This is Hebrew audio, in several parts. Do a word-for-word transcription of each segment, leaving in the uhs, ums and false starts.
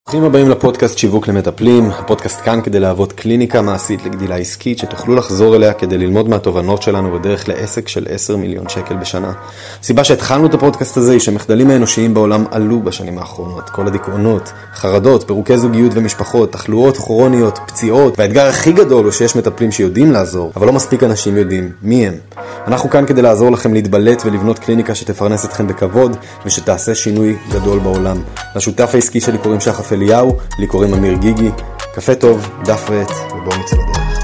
ברוכים הבאים לפודקאסט שיווק למטפלים. הפודקאסט כאן כדי להוות קליניקה מעשית לגדילה עסקית שתוכלו לחזור אליה כדי ללמוד מהתובנות שלנו בדרך לעסק של עשרה מיליון שקל בשנה. הסיבה שהתחלנו את הפודקאסט הזה היא שמחדלים האנושיים בעולם עלו בשנים האחרונות. כל הדיכאונות, חרדות, פירוקי זוגיות ומשפחות, תחלואות כרוניות, פציעות, והאתגר הכי גדול הוא שיש מטפלים שיודעים לעזור, אבל לא מספיק אנשים יודעים מי הם. אנחנו כאן כדי לעזור לכם להתבלט ולבנות קליניקה שתפרנס אתכם בכבוד ושתעשה שינוי גדול בעולם. לשותף העסקי שלי קוראים שחף אליהו, לי קוראים אמיר גיגי. קפה טוב, דף ועט, ובואו נצא לדרך.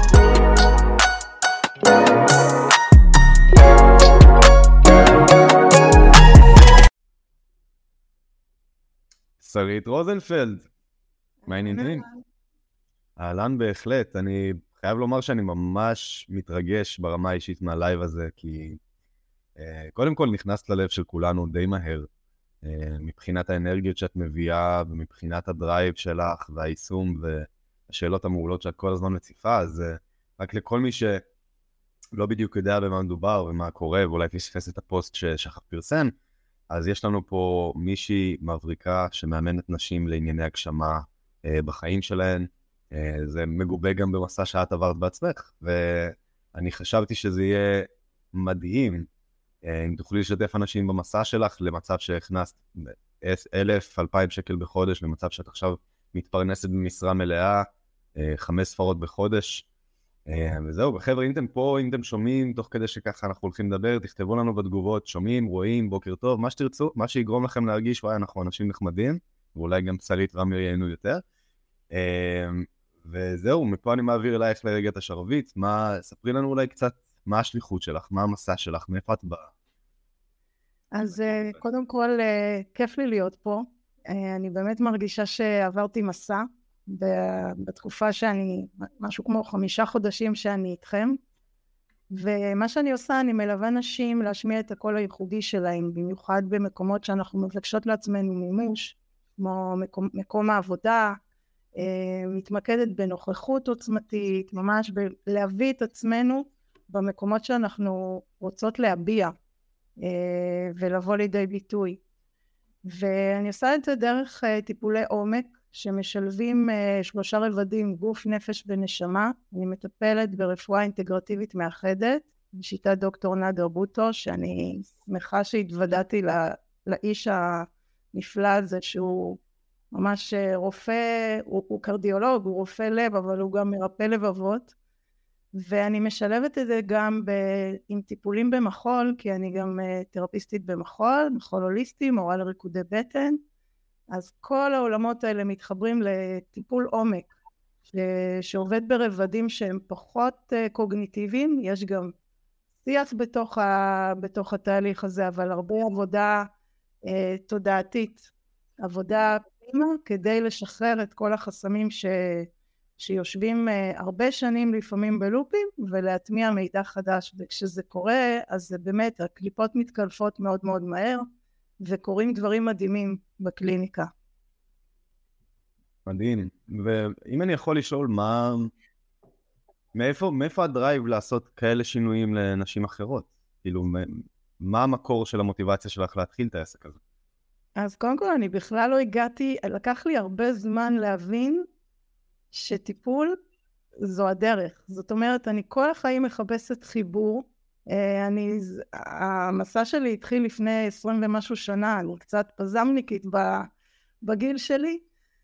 שרית רוזנפלד, מה העניינים? אהלן בהחלט, אני חייב לומר שאני ממש מתרגש ברמה האישית מהלייב הזה, כי uh, קודם כל נכנסת ללב של כולנו די מהר, uh, מבחינת האנרגיות שאת מביאה, ומבחינת הדרייב שלך, והיישום, והשאלות המעולות שאת כל הזמן מציפה, אז uh, רק לכל מי שלא בדיוק יודע במה מדובר, ומה קורה, ואולי פספס את הפוסט ששחף פרסם, אז יש לנו פה מישהי מבריקה, שמאמנת נשים לענייני הגשמה uh, בחיים שלהן, זה מגובה גם במסע שאת עברת בעצמך, ואני חשבתי שזה יהיה מדהים אם תוכלי לשתף אנשים במסע שלך למצב שהכנסת אלף, אלפיים שקל בחודש, למצב שאת עכשיו מתפרנסת במשרה מלאה, חמש ספרות בחודש, וזהו. וחבר'ה, אם אתם פה, אם אתם שומעים, תוך כדי שככה אנחנו הולכים לדבר, תכתבו לנו בתגובות, שומעים, רואים, בוקר טוב, מה שתרצו, מה שיגרום לכם להרגיש, וואי, אנחנו אנשים נחמדים, ואולי גם שרית ואמיר ייהנו יותר. וזהו, מפה אני מעביר אלייך לרגע את השרביט. מה, ספרי לנו אולי קצת מה השליחות שלך, מה המסע שלך, מאיפה את באה? אז קודם כל, כיף לי להיות פה. אני באמת מרגישה שעברתי מסע, בתקופה שאני, משהו כמו חמישה חודשים שאני איתכם, ומה שאני עושה, אני מלווה נשים להשמיע את הקול הייחודי שלהם, במיוחד במקומות שאנחנו מבקשות לעצמנו מימוש, כמו מקום, מקום העבודה, מתמקדת בנוכחות עוצמתית, ממש להביא את עצמנו במקומות שאנחנו רוצות להביע ולבוא לידי ביטוי. ואני עושה את זה דרך טיפולי עומק שמשלבים שלושה רבדים, גוף, נפש ונשמה. אני מטפלת ברפואה אינטגרטיבית מאחדת, בשיטת דוקטור נאדר בוטו, שאני שמחה שהתוודעתי לאיש הנפלא הזה שהוא ממש רופא, הוא, הוא קרדיולוג, הוא רופא לב, אבל הוא גם מרפא לבבות, ואני משלבת את זה גם ב, עם טיפולים במחול, כי אני גם תרפיסטית במחול, מחול הוליסטי, מורה לריקודי בטן, אז כל העולמות האלה מתחברים לטיפול עומק, ש, שעובד ברבדים שהם פחות קוגניטיביים, יש גם שיח בתוך, ה, בתוך התהליך הזה, אבל הרבה עבודה אה, תודעתית, עבודה כדי לשחרר את כל החסמים ש... שיושבים uh, הרבה שנים לפעמים בלופים, ולהטמיע מידע חדש. וכשזה קורה, אז זה באמת, הקליפות מתקלפות מאוד מאוד מהר, וקורים דברים מדהימים בקליניקה. מדהים. ואם אני יכול לשאול, מה... מאיפה, מאיפה הדרייב לעשות כאלה שינויים לנשים אחרות? כאילו, מה המקור של המוטיבציה שלך להתחיל את העסק הזה? אז קודם כל אני בכלל לא הגעתי, לקח לי הרבה זמן להבין שטיפול זו הדרך. זאת אומרת, אני כל החיים מחפשת חיבור. אני, המסע שלי התחיל לפני עשרים ומשהו שנה, אני קצת פזמניקית בגיל שלי,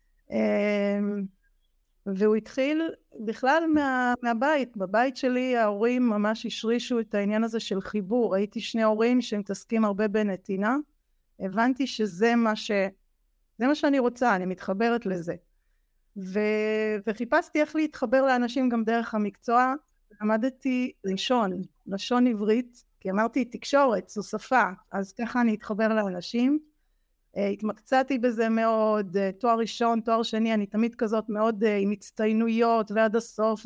והוא התחיל בכלל מה, מהבית. בבית שלי ההורים ממש השרישו את העניין הזה של חיבור. הייתי שני הורים שמתעסקים הרבה בנתינה, הבנתי שזה מה ש... זה מה שאני רוצה, אני מתחברת לזה. ו... וחיפשתי איך להתחבר לאנשים גם דרך המקצוע. למדתי לשון, לשון עברית, כי אמרתי תקשורת, זו שפה, אז ככה אני אתחבר לאנשים. התמקצעתי בזה מאוד, תואר ראשון, תואר שני, אני תמיד כזאת מאוד עם הצטיינויות ועד הסוף, ו...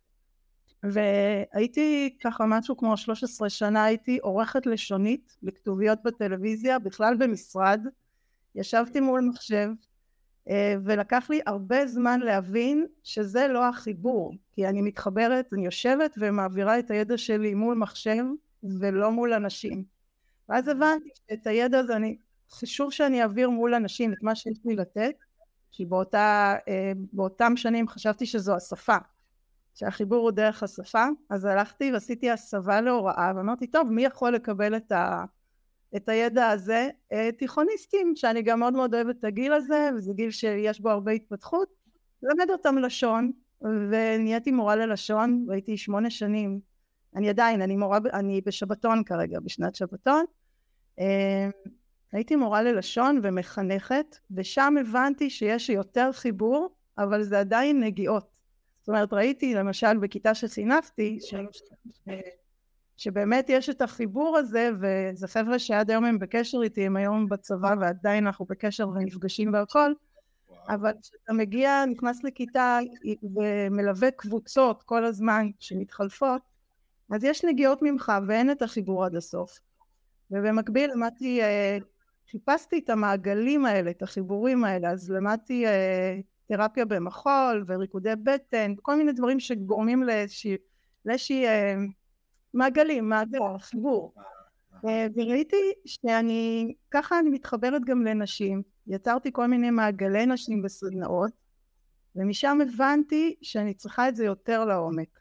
והייתי ככה משהו כמו שלוש עשרה שנה, הייתי עורכת לשונית לכתוביות בטלוויזיה, בכלל במשרד, ישבתי מול מחשב, ולקח לי הרבה זמן להבין שזה לא החיבור, כי אני מתחברת, אני יושבת ומעבירה את הידע שלי מול מחשב ולא מול אנשים. ואז הבנתי שאת הידע הזה אני, חשוב שאני אעביר מול אנשים את מה שיש לי לתת, כי באותה, באותם שנים חשבתי שזו השפה, שהחיבור הוא דרך השפה, אז הלכתי ועשיתי הסבה להוראה, ואמרתי, טוב, מי יכול לקבל את, ה, את הידע הזה? תיכוניסטים, שאני גם מאוד מאוד אוהבת את הגיל הזה, וזה גיל שיש בו הרבה התפתחות, למד אותם לשון, ונהייתי מורה ללשון, והייתי שמונה שנים, אני עדיין, אני מורה, אני בשבתון כרגע, בשנת שבתון, הייתי מורה ללשון ומחנכת, ושם הבנתי שיש יותר חיבור, אבל זה עדיין נגיעות. זאת אומרת, ראיתי למשל בכיתה שסינפתי, ש... שבאמת יש את החיבור הזה, וזה חבר'ה שעד היום הם בקשר איתי, הם היום בצבא ועדיין אנחנו בקשר ונפגשים והכל, אבל כשאתה מגיע, נכנס לכיתה ומלווה קבוצות כל הזמן שמתחלפות, אז יש נגיעות ממך ואין את החיבור עד הסוף. ובמקביל למדתי, חיפשתי את המעגלים האלה, את החיבורים האלה, אז למדתי תרפיה במחול וריקודי בטן, כל מיני דברים שגורמים לאיזושהי, לאיזושהי מעגלים, מעגל, חיבור. וראיתי שאני, ככה אני מתחברת גם לנשים, יצרתי כל מיני מעגלי נשים בסדנאות, ומשם הבנתי שאני צריכה את זה יותר לעומק.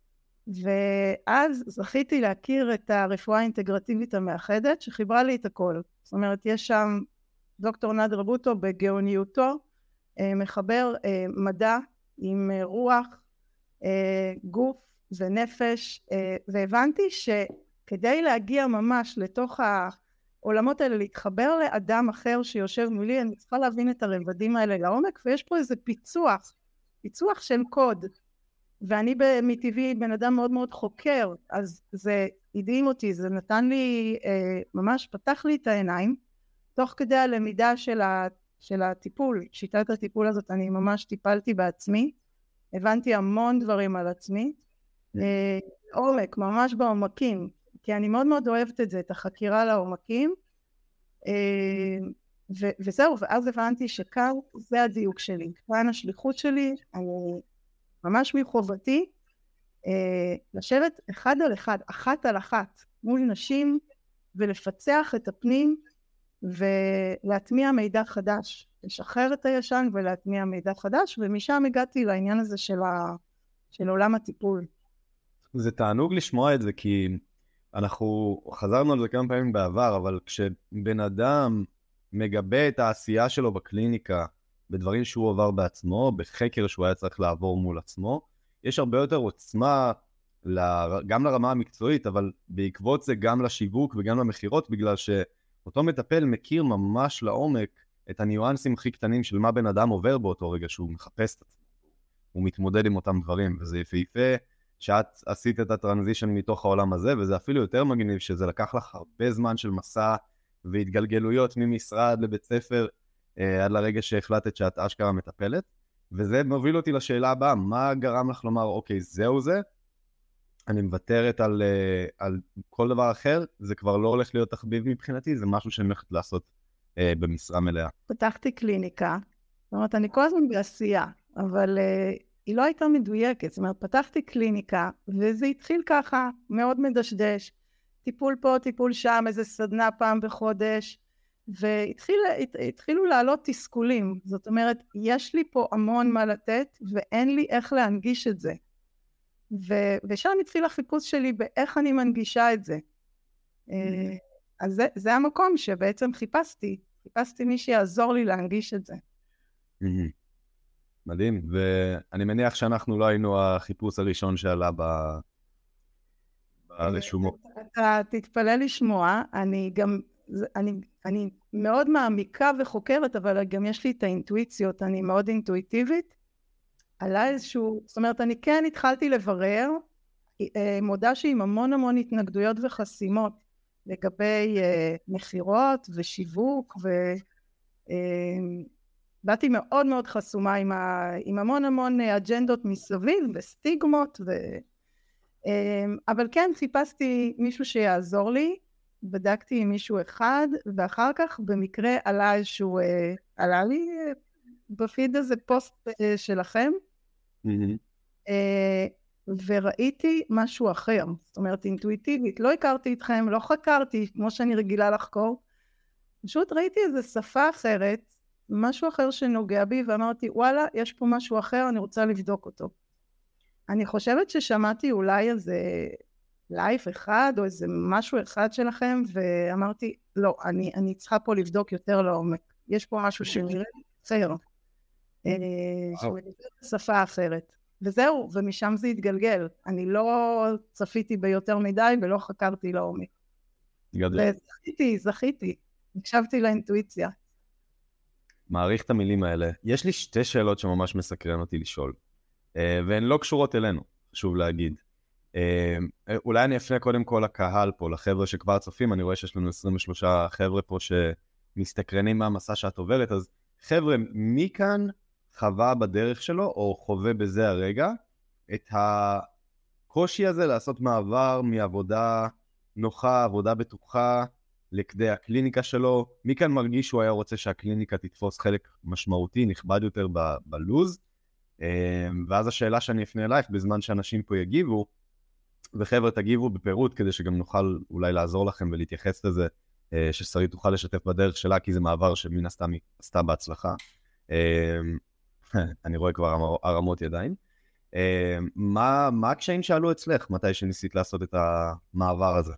ואז זכיתי להכיר את הרפואה האינטגרטיבית המאחדת, שחיברה לי את הכל. זאת אומרת, יש שם דוקטור נדר בוטו בגאוניותו, מחבר מדע עם רוח, גוף ונפש, והבנתי שכדי להגיע ממש לתוך העולמות האלה, להתחבר לאדם אחר שיושב מולי, אני צריכה להבין את הרבדים האלה לעומק, ויש פה איזה פיצוח, פיצוח של קוד, ואני מטבעי בן אדם מאוד מאוד חוקר, אז זה הדהים אותי, זה נתן לי, ממש פתח לי את העיניים, תוך כדי הלמידה של, ה, של הטיפול, שיטת הטיפול הזאת, אני ממש טיפלתי בעצמי, הבנתי המון דברים על עצמי, עומק, ממש בעומקים, כי אני מאוד מאוד אוהבת את זה, את החקירה לעומקים, ו- וזהו, ואז הבנתי שכאן זה הדיוק שלי, כאן השליחות שלי, אני ממש מחובתי, לשבת אחד על אחד, אחת על אחת, מול נשים, ולפצח את הפנים, ולהטמיע מידע חדש, לשחרר את הישן ולהטמיע מידע חדש, ומשם הגעתי לעניין הזה של, ה... של עולם הטיפול. זה תענוג לשמוע את זה, כי אנחנו חזרנו על זה כמה פעמים בעבר, אבל כשבן אדם מגבה את העשייה שלו בקליניקה, בדברים שהוא עבר בעצמו, בחקר שהוא היה צריך לעבור מול עצמו, יש הרבה יותר עוצמה, גם לרמה המקצועית, אבל בעקבות זה גם לשיווק וגם למחירות, בגלל שאותו מטפל מכיר ממש לעומק את הניואנסים הכי קטנים של מה בן אדם עובר באותו רגע שהוא מחפש את עצמו. הוא מתמודד עם אותם דברים, וזה יפהפה שאת עשית את הטרנזישן מתוך העולם הזה, וזה אפילו יותר מגניב שזה לקח לך הרבה זמן של מסע והתגלגלויות ממשרד לבית ספר, עד לרגע שהחלטת שאת אשכרה מטפלת, וזה מוביל אותי לשאלה הבאה, מה גרם לך לומר, אוקיי, זהו זה, אני מוותרת על, על כל דבר אחר, זה כבר לא הולך להיות תחביב מבחינתי, זה משהו שאני הולכת לעשות אה, במשרה מלאה. פתחתי קליניקה, זאת אומרת, אני כל הזמן בעשייה, אבל אה, היא לא הייתה מדויקת, זאת אומרת, פתחתי קליניקה, וזה התחיל ככה, מאוד מדשדש, טיפול פה, טיפול שם, איזה סדנה פעם בחודש, והתחילו לעלות תסכולים, זאת אומרת, יש לי פה המון מה לתת, ואין לי איך להנגיש את זה. ו- ושם התחיל החיפוש שלי באיך אני מנגישה את זה. Mm-hmm. אז זה, זה המקום שבעצם חיפשתי, חיפשתי מי שיעזור לי להנגיש את זה. Mm-hmm. מדהים, ואני מניח שאנחנו לא היינו החיפוש הראשון שעלה ב- ברשומות. אתה תתפלא לשמוע, אני גם, אני, אני מאוד מעמיקה וחוקרת, אבל גם יש לי את האינטואיציות, אני מאוד אינטואיטיבית, עלה איזשהו, זאת אומרת, אני כן התחלתי לברר, מודה שעם המון המון התנגדויות וחסימות, לגבי מחירות ושיווק, ובאתי מאוד מאוד חסומה עם, ה, עם המון המון אג'נדות מסביב, וסטיגמות, ו, אבל כן חיפשתי מישהו שיעזור לי, בדקתי עם מישהו אחד, ואחר כך במקרה עלה איזשהו, עלה לי בפיד הזה פוסט שלכם, mm-hmm. וראיתי משהו אחר, זאת אומרת אינטואיטיבית, לא הכרתי אתכם, לא חקרתי כמו שאני רגילה לחקור, פשוט ראיתי איזו שפה אחרת, משהו אחר שנוגע בי, ואמרתי, וואלה, יש פה משהו אחר, אני רוצה לבדוק אותו. אני חושבת ששמעתי אולי איזה לייב אחד, או איזה משהו אחד שלכם, ואמרתי, לא, אני, אני צריכה פה לבדוק יותר לעומק. יש פה משהו שנראה אחר, שמדבר בשפה אחרת. וזהו, ומשם זה התגלגל. אני לא צפיתי ביותר מדי, ולא חקרתי לעומק. וזכיתי, זכיתי. הקשבתי לאינטואיציה. מעריך את המילים האלה. יש לי שתי שאלות שממש מסקרן אותי לשאול, והן לא קשורות אלינו, חשוב להגיד. אולי אני אפנה קודם כל לקהל פה, לחבר'ה שכבר צופים, אני רואה שיש לנו עשרים ושלושה חבר'ה פה שמסתקרנים מהמסע שאת עוברת, אז חבר'ה, מי כאן חווה בדרך שלו, או חווה בזה הרגע, את הקושי הזה לעשות מעבר מעבודה נוחה, עבודה בטוחה, לכדי הקליניקה שלו? מי כאן מרגיש שהוא היה רוצה שהקליניקה תתפוס חלק משמעותי, נכבד יותר ב- בלוז? ואז השאלה שאני אפנה אלייך, בזמן שאנשים פה יגיבו, וחבר'ה תגיבו בפירוט, כדי שגם נוכל אולי לעזור לכם ולהתייחס לזה, ששרית תוכל לשתף בדרך שלה, כי זה מעבר שמן הסתם היא עשתה בהצלחה. אני רואה כבר הרמות ידיים. מה, מה הקשיים שעלו אצלך, מתי שניסית לעשות את המעבר הזה?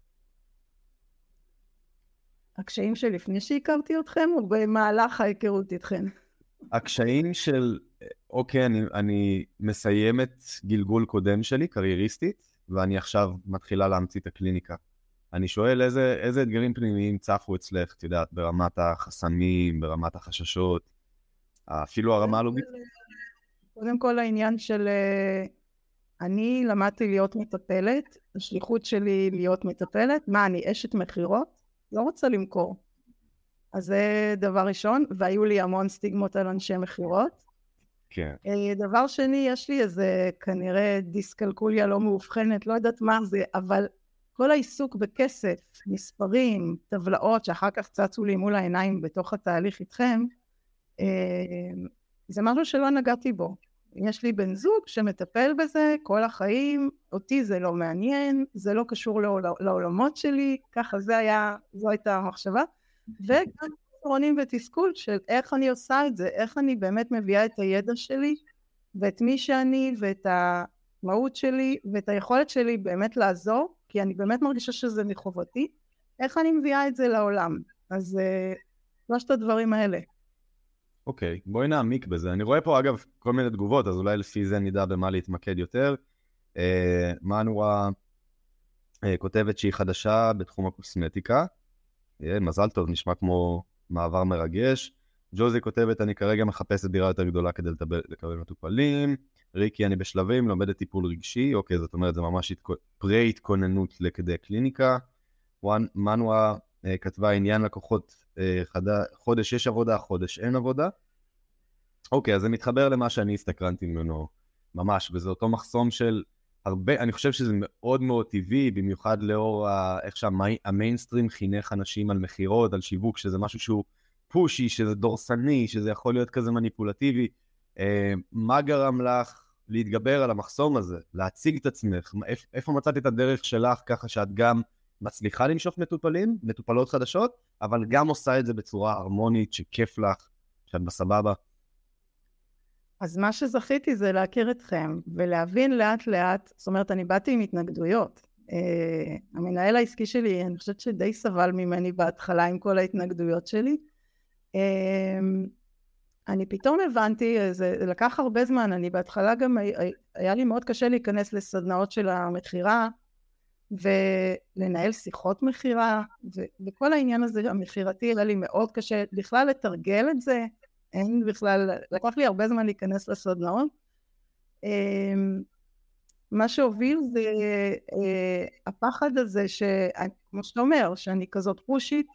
הקשיים שלפני שהכרתי אתכם, או במהלך ההיכרות איתכם? הקשיים של, אוקיי, אני, אני מסיימת גלגול קודם שלי, קרייריסטית, ואני עכשיו מתחילה להמציא את הקליניקה. אני שואל איזה, איזה אתגרים פנימיים צפו אצלך, את יודעת, ברמת החסמים, ברמת החששות, אפילו הרמה הלוגית? קודם כל העניין של, אני למדתי להיות מטפלת, השליחות שלי להיות מטפלת, מה, אני אשת מחירות? לא רוצה למכור. אז זה דבר ראשון, והיו לי המון סטיגמות על אנשי מחירות. כן. דבר שני, יש לי איזה כנראה דיסקלקוליה לא מאובחנת, לא יודעת מה זה, אבל כל העיסוק בכסף, מספרים, טבלאות, שאחר כך צצו לי מול העיניים בתוך התהליך איתכם, זה משהו שלא נגעתי בו. יש לי בן זוג שמטפל בזה כל החיים, אותי זה לא מעניין, זה לא קשור לעולמות שלי, ככה זה היה, זו הייתה המחשבה, וגם פתרונים ותסכול של איך אני עושה את זה, איך אני באמת מביאה את הידע שלי, ואת מי שאני, ואת המהות שלי, ואת היכולת שלי באמת לעזור, כי אני באמת מרגישה שזה מחובתי, איך אני מביאה את זה לעולם. אז שלושת הדברים האלה. אוקיי, okay, בואי נעמיק בזה. אני רואה פה אגב כל מיני תגובות, אז אולי לפי זה נדע במה להתמקד יותר. אה, מנורה אה, כותבת שהיא חדשה בתחום הקוסמטיקה. אה, מזל טוב, נשמע כמו מעבר מרגש. ג'וזי כותבת, אני כרגע מחפשת דירה יותר גדולה כדי לטבל, לקבל מטופלים. ריקי, אני בשלבים, לומדת טיפול רגשי. אוקיי, זאת אומרת, זה ממש התכו... פרי התכוננות לכדי קליניקה. מנורה אה, כתבה עניין לקוחות, חודש יש עבודה, חודש אין עבודה. אוקיי, אז זה מתחבר למה שאני הסתקרנתי ממנו ממש, וזה אותו מחסום של הרבה, אני חושב שזה מאוד מאוד טבעי, במיוחד לאור איך שהמיינסטרים חינך אנשים על מחירות, על שיווק, שזה משהו שהוא פושי, שזה דורסני, שזה יכול להיות כזה מניפולטיבי. מה גרם לך להתגבר על המחסום הזה, להציג את עצמך? איפה מצאת את הדרך שלך ככה שאת גם מצליחה למשוך מטופלים, מטופלות חדשות, אבל גם עושה את זה בצורה הרמונית, שכיף לך, שאת בסבבה? אז מה שזכיתי זה להכיר אתכם, ולהבין לאט לאט, זאת אומרת, אני באתי עם התנגדויות. Uh, המנהל העסקי שלי, אני חושבת שדי סבל ממני בהתחלה עם כל ההתנגדויות שלי. Uh, אני פתאום הבנתי, זה לקח הרבה זמן, אני בהתחלה גם, היה לי מאוד קשה להיכנס לסדנאות של המחירה, ולנהל שיחות מחירה, וכל העניין הזה המחירתי היה לי מאוד קשה, בכלל לתרגל את זה, אין בכלל, לקח לי הרבה זמן להיכנס לסדנאות. מה שהוביל זה הפחד הזה, כמו שאתה אומר, שאני כזאת פושית,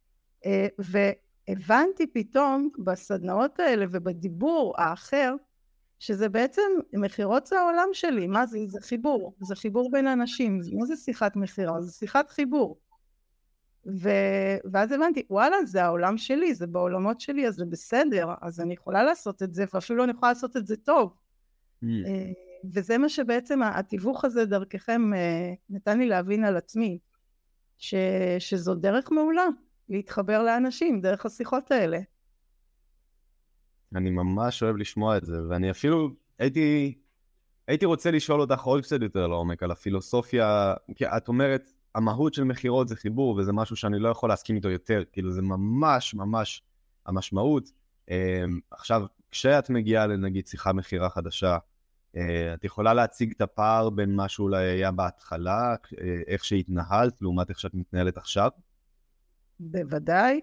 והבנתי פתאום בסדנאות האלה ובדיבור האחר, שזה בעצם, מחירות זה העולם שלי, מה זה? זה חיבור, זה חיבור בין אנשים, מה זה שיחת מחירה? זה שיחת חיבור. ו... ואז הבנתי, וואלה, זה העולם שלי, זה בעולמות שלי, אז זה בסדר, אז אני יכולה לעשות את זה, ואפילו אני יכולה לעשות את זה טוב. Mm. וזה מה שבעצם התיווך הזה דרככם נתן לי להבין על עצמי, ש... שזו דרך מעולה, להתחבר לאנשים, דרך השיחות האלה. אני ממש אוהב לשמוע את זה, ואני אפילו הייתי, הייתי רוצה לשאול אותך עוד קצת יותר לעומק על הפילוסופיה, כי את אומרת, המהות של מחירות זה חיבור, וזה משהו שאני לא יכול להסכים איתו יותר, כאילו זה ממש ממש המשמעות. עכשיו, כשאת מגיעה לנגיד שיחה מחירה חדשה, את יכולה להציג את הפער בין מה שאולי היה בהתחלה, איך שהתנהלת, לעומת איך שאת מתנהלת עכשיו? בוודאי.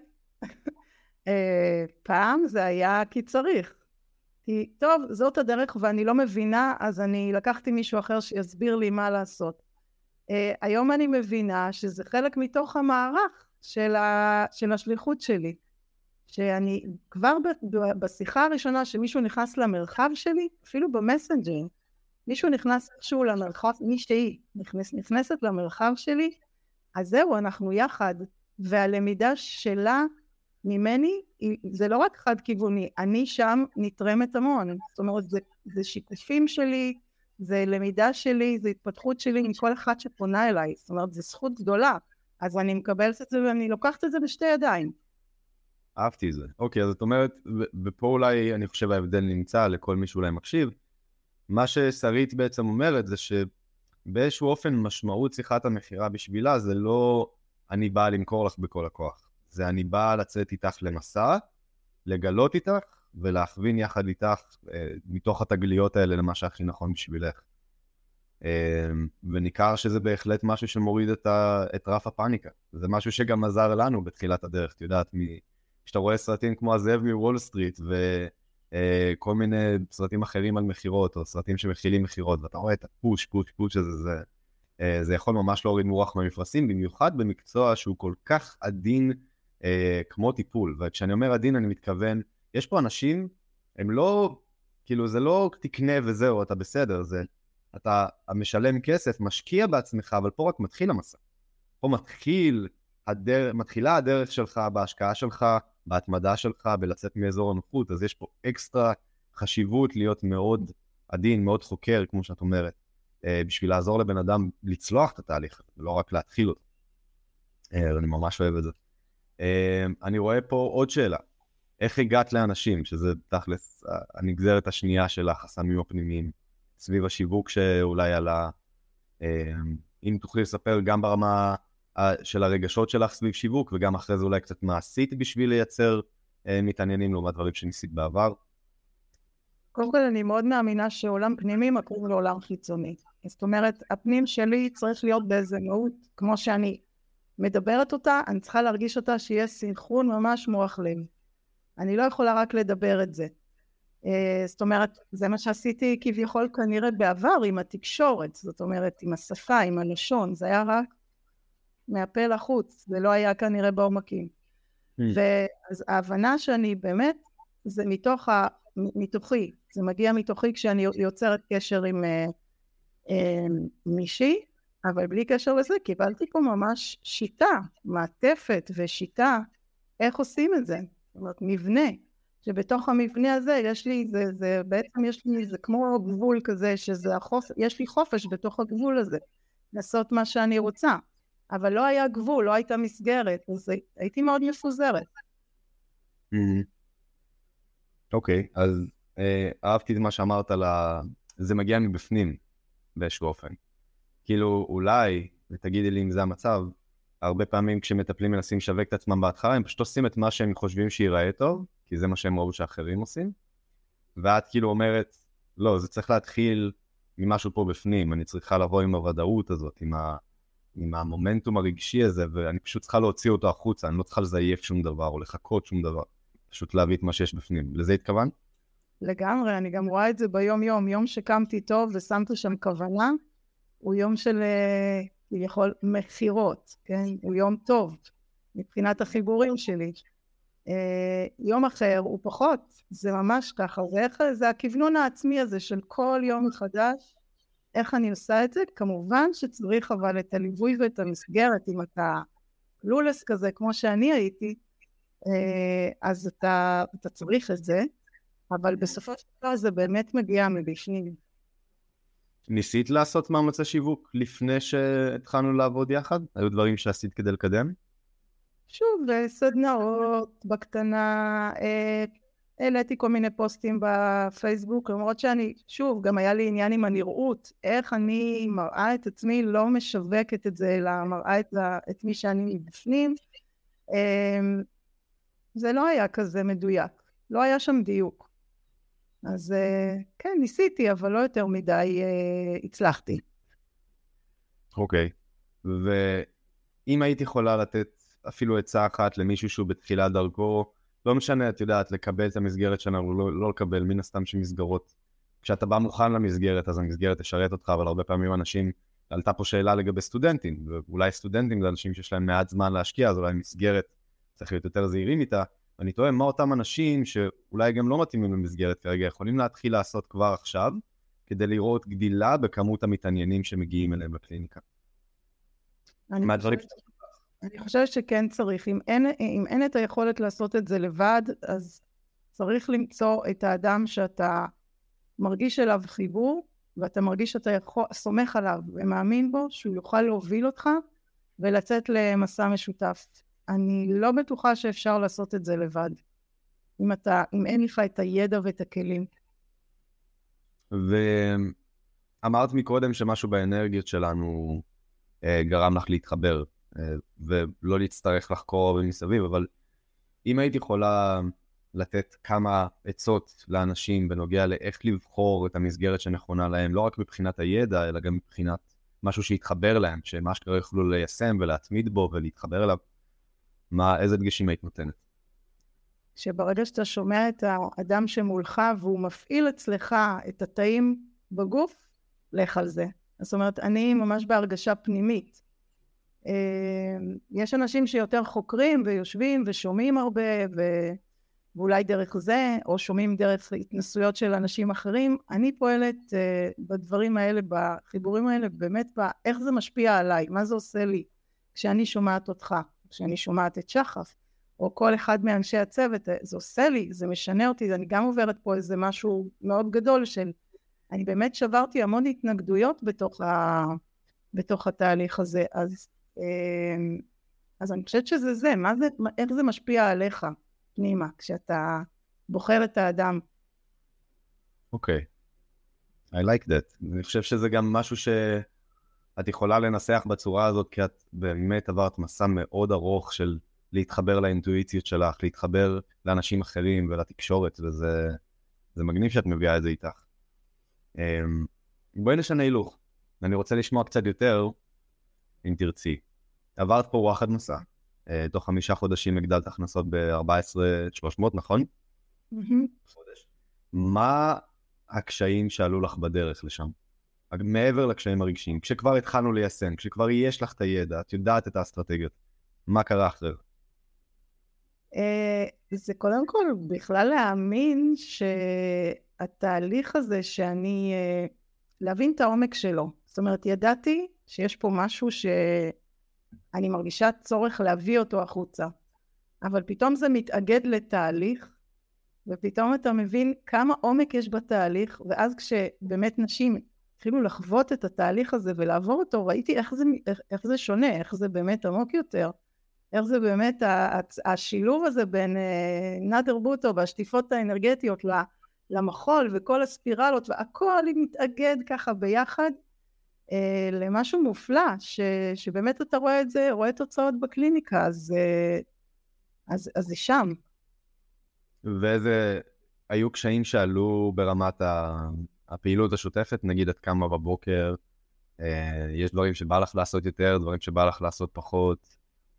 פעם זה היה כי צריך. כי טוב, זאת הדרך ואני לא מבינה, אז אני לקחתי מישהו אחר שיסביר לי מה לעשות. היום אני מבינה שזה חלק מתוך המערך של, ה... של השליחות שלי. שאני כבר בשיחה הראשונה שמישהו נכנס למרחב שלי, אפילו במסנג'ר, מישהו נכנס איכשהו למרחב, מישהי נכנס, נכנסת למרחב שלי, אז זהו, אנחנו יחד, והלמידה שלה ממני, זה לא רק חד כיווני, אני שם נתרמת המון, זאת אומרת, זה, זה שיקופים שלי, זה למידה שלי, זה התפתחות שלי מכל אחד שפונה אליי, זאת אומרת, זה זכות גדולה, אז אני מקבלת את זה ואני לוקחת את זה בשתי ידיים. אהבתי את זה. אוקיי, אז את אומרת, ופה אולי אני חושב ההבדל נמצא לכל מי שאולי מקשיב, מה ששרית בעצם אומרת זה שבאיזשהו אופן משמעות שיחת המחירה בשבילה זה לא אני באה למכור לך בכל הכוח, זה אני באה לצאת איתך למסע, לגלות איתך ולהכווין יחד איתך אה, מתוך התגליות האלה למה שהכי נכון בשבילך. אה, וניכר שזה בהחלט משהו שמוריד את, ה, את רף הפאניקה. זה משהו שגם עזר לנו בתחילת הדרך, את יודעת, מ... כשאתה רואה סרטים כמו הזאב מוול סטריט וכל מיני סרטים אחרים על מחירות, או סרטים שמכילים מחירות, ואתה רואה את הפוש, פוש, פוש הזה, זה, זה יכול ממש להוריד מורח מהמפרשים, במיוחד במקצוע שהוא כל כך עדין כמו טיפול. וכשאני אומר עדין, אני מתכוון, יש פה אנשים, הם לא, כאילו זה לא תקנה וזהו, אתה בסדר, זה, אתה משלם כסף, משקיע בעצמך, אבל פה רק מתחיל המסע. פה מתחיל, הדר... מתחילה הדרך שלך בהשקעה שלך, בהתמדה שלך, בלצאת מאזור הנוחות, אז יש פה אקסטרה חשיבות להיות מאוד עדין, מאוד חוקר, כמו שאת אומרת, בשביל לעזור לבן אדם לצלוח את התהליך, ולא רק להתחיל אותו. אני ממש אוהב את זה. אני רואה פה עוד שאלה, איך הגעת לאנשים, שזה תכלס הנגזרת השנייה של החסמים הפנימיים, סביב השיווק שאולי עלה, אם תוכלי לספר גם ברמה של הרגשות שלך סביב שיווק, וגם אחרי זה אולי קצת מה עשית בשביל לייצר מתעניינים לעומת דברים שניסית בעבר. קודם כל אני מאוד מאמינה שעולם פנימי מקרוב לעולם חיצוני. זאת אומרת, הפנים שלי צריך להיות באיזה מהות, כמו שאני מדברת אותה, אני צריכה להרגיש אותה שיהיה סינכרון ממש מוח לב. אני לא יכולה רק לדבר את זה. זאת אומרת, זה מה שעשיתי כביכול כנראה בעבר עם התקשורת, זאת אומרת, עם השפה, עם הלשון, זה היה רק מהפה לחוץ, זה לא היה כנראה בעומקים. Mm. ואז ההבנה שאני באמת, זה מתוך ה... מתוכי, זה מגיע מתוכי כשאני יוצרת קשר עם אה, מישהי, אבל בלי קשר לזה קיבלתי פה ממש שיטה, מעטפת ושיטה, איך עושים את זה? זאת אומרת, מבנה, שבתוך המבנה הזה יש לי, זה, זה בעצם יש לי, זה כמו גבול כזה, שזה החופ... יש לי חופש בתוך הגבול הזה, לעשות מה שאני רוצה. אבל לא היה גבול, לא הייתה מסגרת, אז הייתי מאוד מפוזרת. אוקיי, אז אהבתי את מה שאמרת על ה... זה מגיע מבפנים באיזשהו אופן. כאילו אולי, ותגידי לי אם זה המצב, הרבה פעמים כשמטפלים מנסים לשווק את עצמם בהתחלה, הם פשוט עושים את מה שהם חושבים שיראה טוב, כי זה מה שהם ראו שאחרים עושים, ואת כאילו אומרת, לא, זה צריך להתחיל ממשהו פה בפנים, אני צריכה לבוא עם הוודאות הזאת, עם ה... עם המומנטום הרגשי הזה, ואני פשוט צריכה להוציא אותו החוצה, אני לא צריכה לזייף שום דבר, או לחכות שום דבר, פשוט להביא את מה שיש בפנים. לזה התכוון? לגמרי, אני גם רואה את זה ביום יום, יום שקמתי טוב ושמתי שם כוונה, הוא יום של יכול מחירות, כן? הוא יום טוב, מבחינת החיבורים שלי. יום אחר הוא פחות, זה ממש ככה, זה, איך, זה הכיוונון העצמי הזה של כל יום מחדש, איך אני עושה את זה? כמובן שצריך אבל את הליווי ואת המסגרת, אם אתה לולס כזה כמו שאני הייתי, אז אתה, אתה צריך את זה, אבל בסופו של דבר זה באמת מגיע מבפנים. ניסית לעשות מאמצי שיווק לפני שהתחלנו לעבוד יחד? היו דברים שעשית כדי לקדם? שוב, סדנאות, בקטנה, העליתי כל מיני פוסטים בפייסבוק, למרות שאני, שוב, גם היה לי עניין עם הנראות, איך אני מראה את עצמי, לא משווקת את זה, אלא מראה את, את מי שאני מבפנים. זה לא היה כזה מדויק, לא היה שם דיוק. אז כן, ניסיתי, אבל לא יותר מדי הצלחתי. אוקיי, ואם היית יכולה לתת אפילו עצה אחת למישהו שהוא בתחילת דרכו, לא משנה, את יודעת, לקבל את המסגרת שלנו, לא, לא לקבל, מן הסתם שמסגרות. כשאתה בא מוכן למסגרת, אז המסגרת תשרת אותך, אבל הרבה פעמים אנשים, עלתה פה שאלה לגבי סטודנטים, ואולי סטודנטים זה אנשים שיש להם מעט זמן להשקיע, אז אולי מסגרת צריך להיות יותר זהירים איתה. ואני טועה, מה אותם אנשים שאולי גם לא מתאימים למסגרת כרגע, יכולים להתחיל לעשות כבר עכשיו, כדי לראות גדילה בכמות המתעניינים שמגיעים אליהם בקליניקה. מה הדברים? אני חושבת שכן צריך, אם אין, אם אין את היכולת לעשות את זה לבד, אז צריך למצוא את האדם שאתה מרגיש אליו חיבור, ואתה מרגיש שאתה יכול, סומך עליו ומאמין בו, שהוא יוכל להוביל אותך ולצאת למסע משותף. אני לא בטוחה שאפשר לעשות את זה לבד, אם, אתה, אם אין לך את הידע ואת הכלים. ואמרת מקודם שמשהו באנרגיות שלנו גרם לך להתחבר, ולא להצטרך לחקור ומסביב, אבל אם היית יכולה לתת כמה עצות לאנשים בנוגע לאיך לבחור את המסגרת שנכונה להם, לא רק מבחינת הידע, אלא גם מבחינת משהו שיתחבר להם, שמה שכבר יוכלו ליישם ולהתמיד בו ולהתחבר אליו, מה, איזה דגשים היית נותנת? שברגע שאתה שומע את האדם שמולך והוא מפעיל אצלך את התאים בגוף, לך על זה. זאת אומרת, אני ממש בהרגשה פנימית. יש אנשים שיותר חוקרים ויושבים ושומעים הרבה, ו... ואולי דרך זה, או שומעים דרך התנסויות של אנשים אחרים. אני פועלת בדברים האלה, בחיבורים האלה, באמת באיך זה משפיע עליי, מה זה עושה לי כשאני שומעת אותך, כשאני שומעת את שחף, או כל אחד מאנשי הצוות, זה עושה לי, זה משנה אותי, אני גם עוברת פה איזה משהו מאוד גדול של, אני באמת שברתי המון התנגדויות בתוך, ה, בתוך התהליך הזה, אז, אז אני חושבת שזה זה, מה זה, איך זה משפיע עליך, פנימה, כשאתה בוחר את האדם. אוקיי, okay. I like that. אני חושב שזה גם משהו שאת יכולה לנסח בצורה הזאת, כי את באמת עברת מסע מאוד ארוך של להתחבר לאינטואיציות שלך, להתחבר לאנשים אחרים ולתקשורת, וזה זה מגניב שאת מביאה את זה איתך. בואי נשנה הילוך. אני רוצה לשמוע קצת יותר, אם תרצי. עברת פה וואחד מסע. תוך חמישה חודשים הגדלת הכנסות ב-ארבע עשרה אלף ושלוש מאות, נכון? חודש. מה הקשיים שעלו לך בדרך לשם? מעבר לקשיים הרגשיים, כשכבר התחלנו ליישם, כשכבר יש לך את הידע, את יודעת את האסטרטגיות, מה קרה אחרי? זה קודם כל בכלל להאמין שהתהליך הזה שאני, להבין את העומק שלו. זאת אומרת, ידעתי שיש פה משהו שאני מרגישה צורך להביא אותו החוצה, אבל פתאום זה מתאגד לתהליך, ופתאום אתה מבין כמה עומק יש בתהליך, ואז כשבאמת נשים התחילו לחוות את התהליך הזה ולעבור אותו, ראיתי איך זה, איך, איך זה שונה, איך זה באמת עמוק יותר, איך זה באמת השילוב הזה בין נאדר בוטו והשטיפות האנרגטיות למחול וכל הספירלות, והכל מתאגד ככה ביחד למשהו מופלא, ש, שבאמת אתה רואה את זה, רואה תוצאות בקליניקה, אז, אז, אז זה שם. ואיזה, היו קשיים שעלו ברמת הפעילות השוטפת, נגיד עד כמה בבוקר, יש דברים שבא לך לעשות יותר, דברים שבא לך לעשות פחות?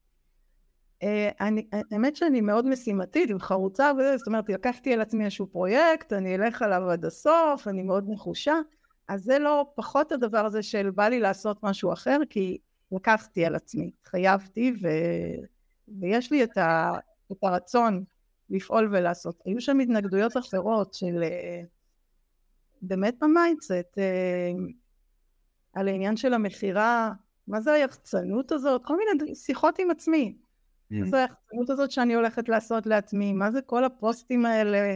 אני, האמת שאני מאוד משימתית וחרוצה וזה, זאת אומרת, לקחתי על עצמי איזשהו פרויקט, אני אלך עליו עד הסוף, אני מאוד נחושה, אז זה לא פחות הדבר הזה של בא לי לעשות משהו אחר, כי לקחתי על עצמי, חייבתי, ו... ויש לי את, ה... את הרצון לפעול ולעשות. היו שם התנגדויות אחרות של באמת במיינדסט, על העניין של המחירה, מה זה היחצנות הזאת, כל מיני שיחות עם עצמי, mm. מה זה היחצנות הזאת שאני הולכת לעשות לעצמי, מה זה כל הפוסטים האלה,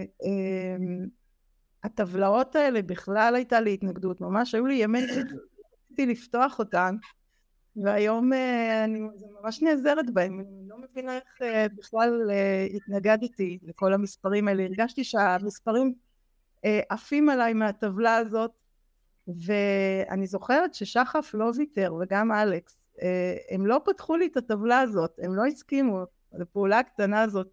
הטבלאות האלה בכלל הייתה לי התנגדות, ממש היו לי ימי רציתי לפתוח אותן, והיום אני ממש נעזרת בהם, אני לא מבינה איך בכלל התנגדתי לכל המספרים האלה, הרגשתי שהמספרים עפים עליי מהטבלה הזאת, ואני זוכרת ששחף לא ויתר וגם אלכס, הם לא פתחו לי את הטבלה הזאת, הם לא הסכימו לפעולה הקטנה הזאת,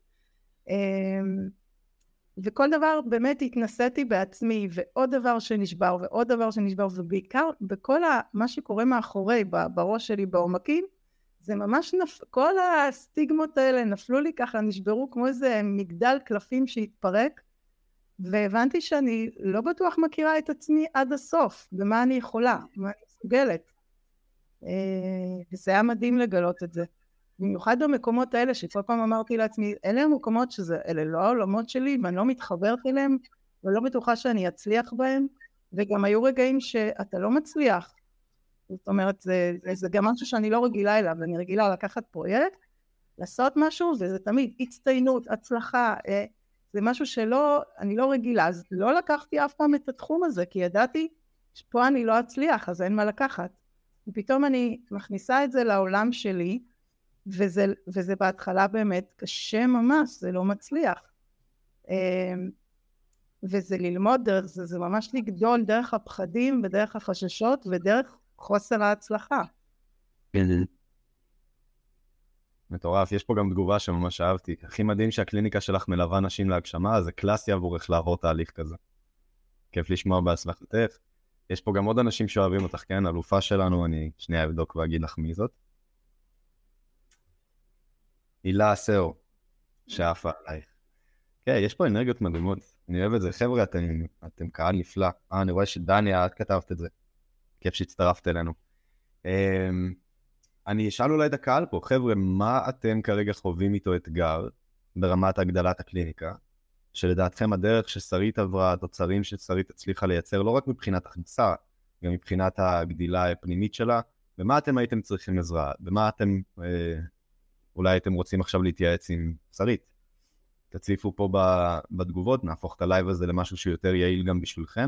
וכל דבר באמת התנסיתי בעצמי, ועוד דבר שנשבר ועוד דבר שנשבר, ובעיקר בכל מה שקורה מאחורי בראש שלי בעומקים, זה ממש נפ... כל הסטיגמות האלה נפלו לי ככה, נשברו כמו איזה מגדל קלפים שהתפרק, והבנתי שאני לא בטוח מכירה את עצמי עד הסוף, במה אני יכולה, מה אני מסוגלת. וזה היה מדהים לגלות את זה. במיוחד במקומות האלה שכל פעם אמרתי לעצמי, אלה המקומות שזה, אלה לא העולמות שלי, ואני לא מתחברת אליהם, ולא בטוחה שאני אצליח בהם, וגם היו רגעים שאתה לא מצליח. זאת אומרת, זה, זה, זה גם משהו שאני לא רגילה אליו, אני רגילה לקחת פרויקט, לעשות משהו, וזה תמיד הצטיינות, הצלחה, זה משהו שלא, אני לא רגילה, אז לא לקחתי אף פעם את התחום הזה, כי ידעתי שפה אני לא אצליח, אז אין מה לקחת. ופתאום אני מכניסה את זה לעולם שלי, וזה, וזה בהתחלה באמת קשה ממש, זה לא מצליח. וזה ללמוד דרך זה, זה ממש לגדול דרך הפחדים ודרך החששות ודרך חוסר ההצלחה. מטורף, יש פה גם תגובה שממש אהבתי. הכי מדהים שהקליניקה שלך מלווה נשים להגשמה, זה קלאסי עבורך לעבור תהליך כזה. כיף לשמוע בהצלחתך. יש פה גם עוד אנשים שאוהבים אותך, כן? אלופה שלנו, אני שנייה אבדוק ואגיד לך מי זאת. הילה הסאו, שעפה עלייך. כן, יש פה אנרגיות מדהימות. אני אוהב את זה. חבר'ה, אתם, אתם קהל נפלא. אה, אני רואה שדניה, את כתבת את זה. כיף שהצטרפת אלינו. אני אשאל אולי את הקהל פה. חבר'ה, מה אתם כרגע חווים איתו אתגר ברמת הגדלת הקליניקה? שלדעתכם הדרך ששרית עברה, התוצרים ששרית הצליחה לייצר, לא רק מבחינת הכנסה, גם מבחינת הגדילה הפנימית שלה, ומה אתם הייתם צריכים עזרה? במה אתם... אה, אולי הייתם רוצים עכשיו להתייעץ עם שרית. תציפו פה בתגובות, נהפוך את הלייב הזה למשהו שיותר יעיל גם בשבילכם.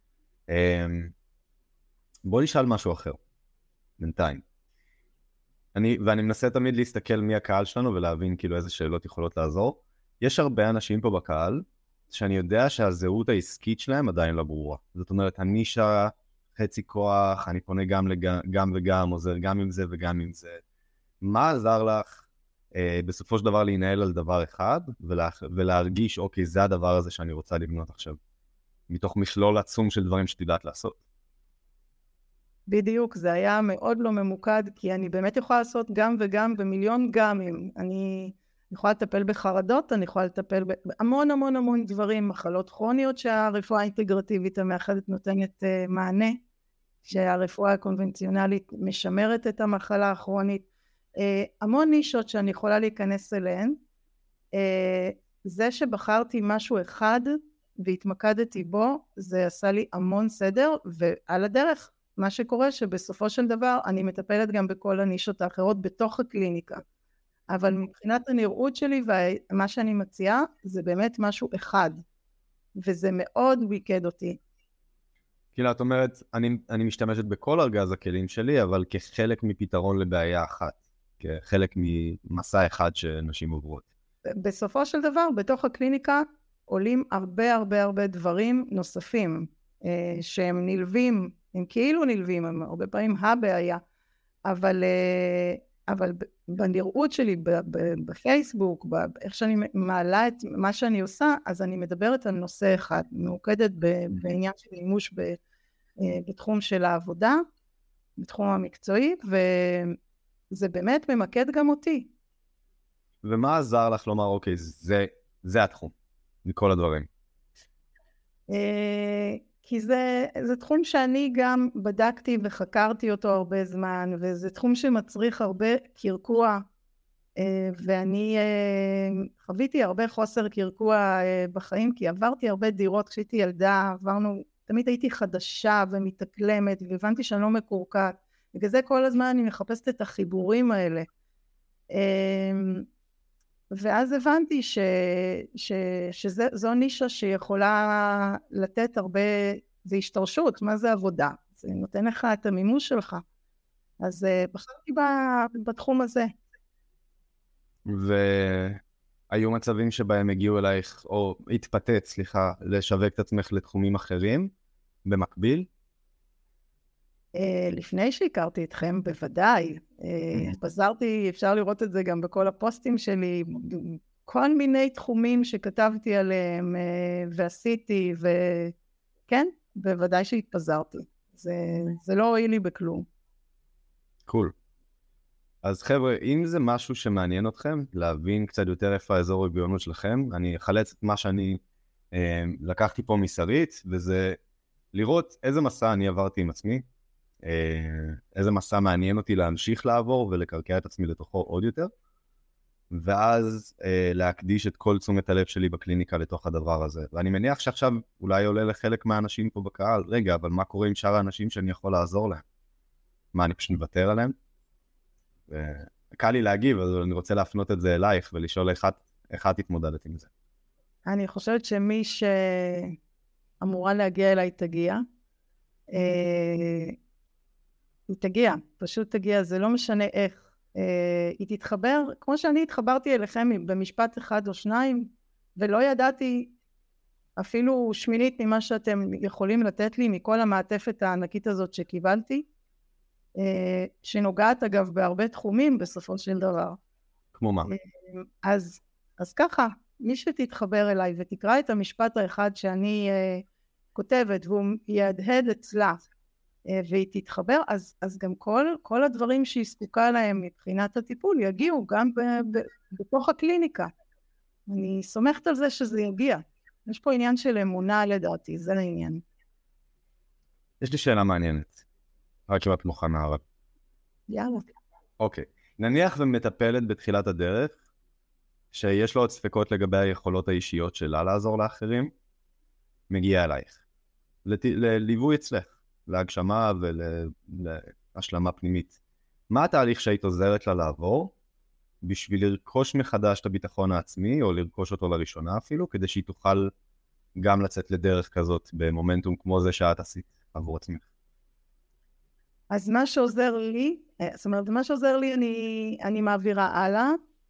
בואו נשאל משהו אחר, בינתיים. אני, ואני מנסה תמיד להסתכל מי הקהל שלנו ולהבין כאילו איזה שאלות יכולות לעזור. יש הרבה אנשים פה בקהל שאני יודע שהזהות העסקית שלהם עדיין לא ברורה. זאת אומרת, הנישה, חצי כוח, אני פונה גם, לג... גם וגם, עוזר גם עם זה וגם עם זה. מה עזר לך אה, בסופו של דבר להנהל על דבר אחד, ולה... ולהרגיש, אוקיי, זה הדבר הזה שאני רוצה לבנות עכשיו, מתוך מכלול עצום של דברים שתדעת לעשות? בדיוק, זה היה מאוד לא ממוקד, כי אני באמת יכולה לעשות גם וגם במיליון גמים. אני יכולה לטפל בחרדות, אני יכולה לטפל בהמון המון המון דברים, מחלות כרוניות שהרפואה האינטגרטיבית המאחדת נותנת uh, מענה, שהרפואה הקונבנציונלית משמרת את המחלה הכרונית, uh, המון נישות שאני יכולה להיכנס אליהן. Uh, זה שבחרתי משהו אחד והתמקדתי בו, זה עשה לי המון סדר, ועל הדרך מה שקורה שבסופו של דבר אני מטפלת גם בכל הנישות האחרות בתוך הקליניקה, אבל מבחינת הנראות שלי ומה שאני מציעה זה באמת משהו אחד, וזה מאוד ויקד אותי. כאילו את אומרת, אני, אני משתמשת בכל ארגז הכלים שלי, אבל כחלק מפתרון לבעיה אחת, כחלק ממסע אחד שנשים עוברות. בסופו של דבר בתוך הקליניקה עולים הרבה הרבה הרבה דברים נוספים אה, שהם נלווים, הם כאילו נלווים, הם הרבה פעמים הבעיה, אבל, אבל בנראות שלי, בפייסבוק, איך שאני מעלה את מה שאני עושה, אז אני מדברת על נושא אחד, ממוקדת בעניין של מימוש בתחום של העבודה, בתחום המקצועי, וזה באמת ממקד גם אותי. ומה עזר לך לומר, אוקיי, זה, זה התחום, מכל הדברים? כי זה, זה תחום שאני גם בדקתי וחקרתי אותו הרבה זמן, וזה תחום שמצריך הרבה קרקוע, ואני חוויתי הרבה חוסר קרקוע בחיים, כי עברתי הרבה דירות כשהייתי ילדה, עברנו, תמיד הייתי חדשה ומתאקלמת, והבנתי שאני לא מקורקעת, בגלל זה כל הזמן אני מחפשת את החיבורים האלה. ואז הבנתי ש, ש, שזו נישה שיכולה לתת הרבה, זה השתרשות, מה זה עבודה? זה נותן לך את המימוש שלך. אז בחרתי בתחום הזה. והיו מצבים שבהם הגיעו אלייך, או התפתת, סליחה, לשווק את עצמך לתחומים אחרים, במקביל? לפני שהכרתי אתכם, בוודאי. התפזרתי, אפשר לראות את זה גם בכל הפוסטים שלי, כל מיני תחומים שכתבתי עליהם ועשיתי, וכן, בוודאי שהתפזרתי. זה, זה לא הועיל לי בכלום. קול. Cool. אז חבר'ה, אם זה משהו שמעניין אתכם, להבין קצת יותר איפה האזור הגיונות שלכם, אני אחלץ את מה שאני אה, לקחתי פה משרית, וזה לראות איזה מסע אני עברתי עם עצמי, אה, איזה מסע מעניין אותי להמשיך לעבור ולקרקע את עצמי לתוכו עוד יותר, ואז אה, להקדיש את כל תשומת הלב שלי בקליניקה לתוך הדבר הזה. ואני מניח שעכשיו אולי עולה לחלק מהאנשים פה בקהל, רגע, אבל מה קורה עם שאר האנשים שאני יכול לעזור להם? מה, אני פשוט מוותר עליהם? קל לי להגיב, אז אני רוצה להפנות את זה אלייך ולשאול איך את, איך את התמודדת עם זה. אני חושבת שמי שאמורה להגיע אליי תגיע. היא תגיע, פשוט תגיע, זה לא משנה איך. היא תתחבר, כמו שאני התחברתי אליכם במשפט אחד או שניים, ולא ידעתי אפילו שמינית ממה שאתם יכולים לתת לי, מכל המעטפת הענקית הזאת שקיבלתי, שנוגעת אגב בהרבה תחומים בסופו של דבר. כמו מה? אז, אז ככה, מי שתתחבר אליי ותקרא את המשפט האחד שאני uh, כותבת והוא יהדהד אצלה uh, והיא תתחבר, אז, אז גם כל, כל הדברים שהיא זקוקה להם מבחינת הטיפול יגיעו גם ב, ב, בתוך הקליניקה. אני סומכת על זה שזה יגיע. יש פה עניין של אמונה לדעתי, זה העניין. יש לי שאלה מעניינת. רק אם את מוכנה, רק. יאללה. אוקיי. נניח ומטפלת בתחילת הדרך, שיש לו עוד ספקות לגבי היכולות האישיות שלה לעזור לאחרים, מגיע אלייך. לת... לליווי אצלך, להגשמה ולהשלמה פנימית. מה התהליך שהיית עוזרת לה לעבור, בשביל לרכוש מחדש את הביטחון העצמי, או לרכוש אותו לראשונה אפילו, כדי שהיא תוכל גם לצאת לדרך כזאת, במומנטום כמו זה שאת עשית עבור עצמך? אז מה שעוזר לי, זאת אומרת, מה שעוזר לי אני, אני מעבירה הלאה.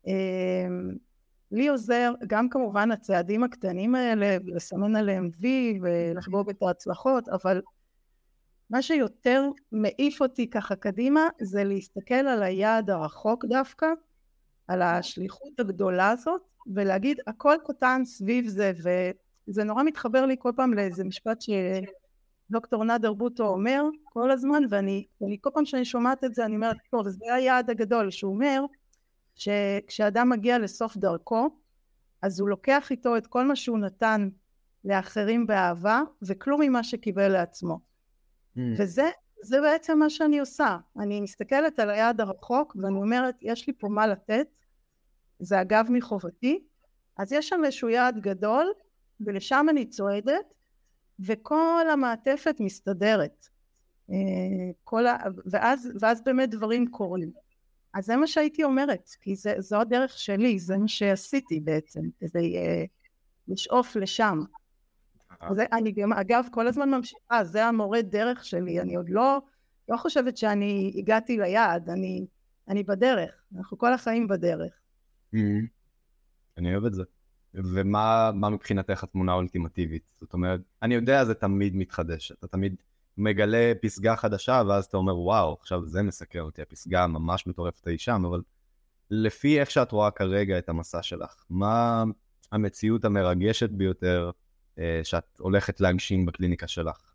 לי עוזר גם כמובן הצעדים הקטנים האלה, לסמן עליהם וי ולחגוג את ההצלחות, אבל מה שיותר מעיף אותי ככה קדימה, זה להסתכל על היעד הרחוק דווקא, על השליחות הגדולה הזאת, ולהגיד הכל קטן סביב זה, וזה נורא מתחבר לי כל פעם לאיזה משפט ש... דוקטור נאדר בוטו אומר כל הזמן, ואני, ואני כל פעם שאני שומעת את זה, אני אומרת, טוב, זה היעד הגדול, שהוא אומר, שכשאדם מגיע לסוף דרכו, אז הוא לוקח איתו את כל מה שהוא נתן לאחרים באהבה, וכלום ממה שקיבל לעצמו. Mm. וזה, זה בעצם מה שאני עושה. אני מסתכלת על היעד הרחוק, ואני אומרת, יש לי פה מה לתת, זה אגב מחובתי, אז יש שם איזשהו יעד גדול, ולשם אני צועדת, וכל המעטפת מסתדרת, כל ה... ואז, ואז באמת דברים קורים. אז זה מה שהייתי אומרת, כי זה, זו הדרך שלי, זה מה שעשיתי בעצם, כדי uh, לשאוף לשם. וזה, אני גם, אגב, כל הזמן ממשיכה, זה המורה דרך שלי, אני עוד לא, לא חושבת שאני הגעתי ליעד, אני, אני בדרך, אנחנו כל החיים בדרך. Mm-hmm. אני אוהב את זה. ומה מה מבחינתך התמונה האולטימטיבית? זאת אומרת, אני יודע, זה תמיד מתחדש, אתה תמיד מגלה פסגה חדשה, ואז אתה אומר, וואו, עכשיו זה מסקר אותי, הפסגה ממש מטורפת אי שם, אבל לפי איך שאת רואה כרגע את המסע שלך, מה המציאות המרגשת ביותר אה, שאת הולכת להגשים בקליניקה שלך?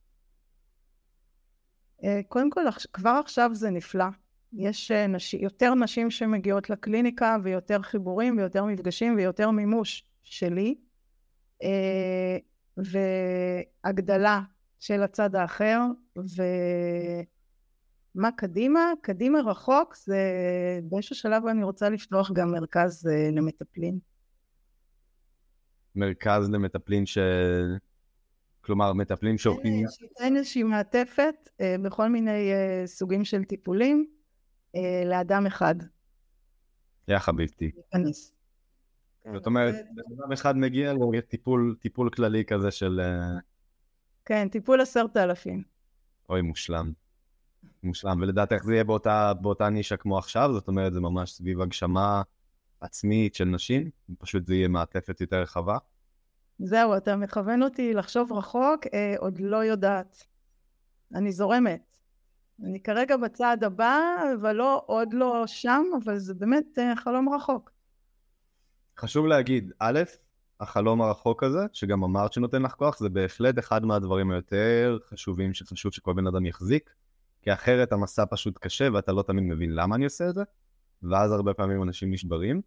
קודם כל, כבר עכשיו זה נפלא. יש נשים, יותר נשים שמגיעות לקליניקה, ויותר חיבורים, ויותר מפגשים, ויותר מימוש שלי, והגדלה של הצד האחר, ומה קדימה? קדימה רחוק, זה באיזשהו שלב אני רוצה לפתוח גם מרכז למטפלים. מרכז למטפלים ש... כלומר, מטפלים שעובדים... אין איזושהי מעטפת בכל מיני סוגים של טיפולים, לאדם אחד. יא חביבתי. להיכנס. זאת אומרת, אדם אחד מגיע לטיפול, טיפול כללי כזה של... כן, טיפול עשרת אלפים. אוי, מושלם. מושלם, ולדעת איך זה יהיה באותה, באותה נישה כמו עכשיו, זאת אומרת, זה ממש סביב הגשמה עצמית של נשים, פשוט זה יהיה מעטפת יותר רחבה. זהו, אתה מכוון אותי לחשוב רחוק, אה, עוד לא יודעת. אני זורמת. אני כרגע בצעד הבא, אבל לא, עוד לא שם, אבל זה באמת אה, חלום רחוק. חשוב להגיד, א', החלום הרחוק הזה, שגם אמרת שנותן לך כוח, זה בהחלט אחד מהדברים היותר חשובים שחשוב שכל בן אדם יחזיק, כי אחרת המסע פשוט קשה ואתה לא תמיד מבין למה אני עושה את זה, ואז הרבה פעמים אנשים נשברים.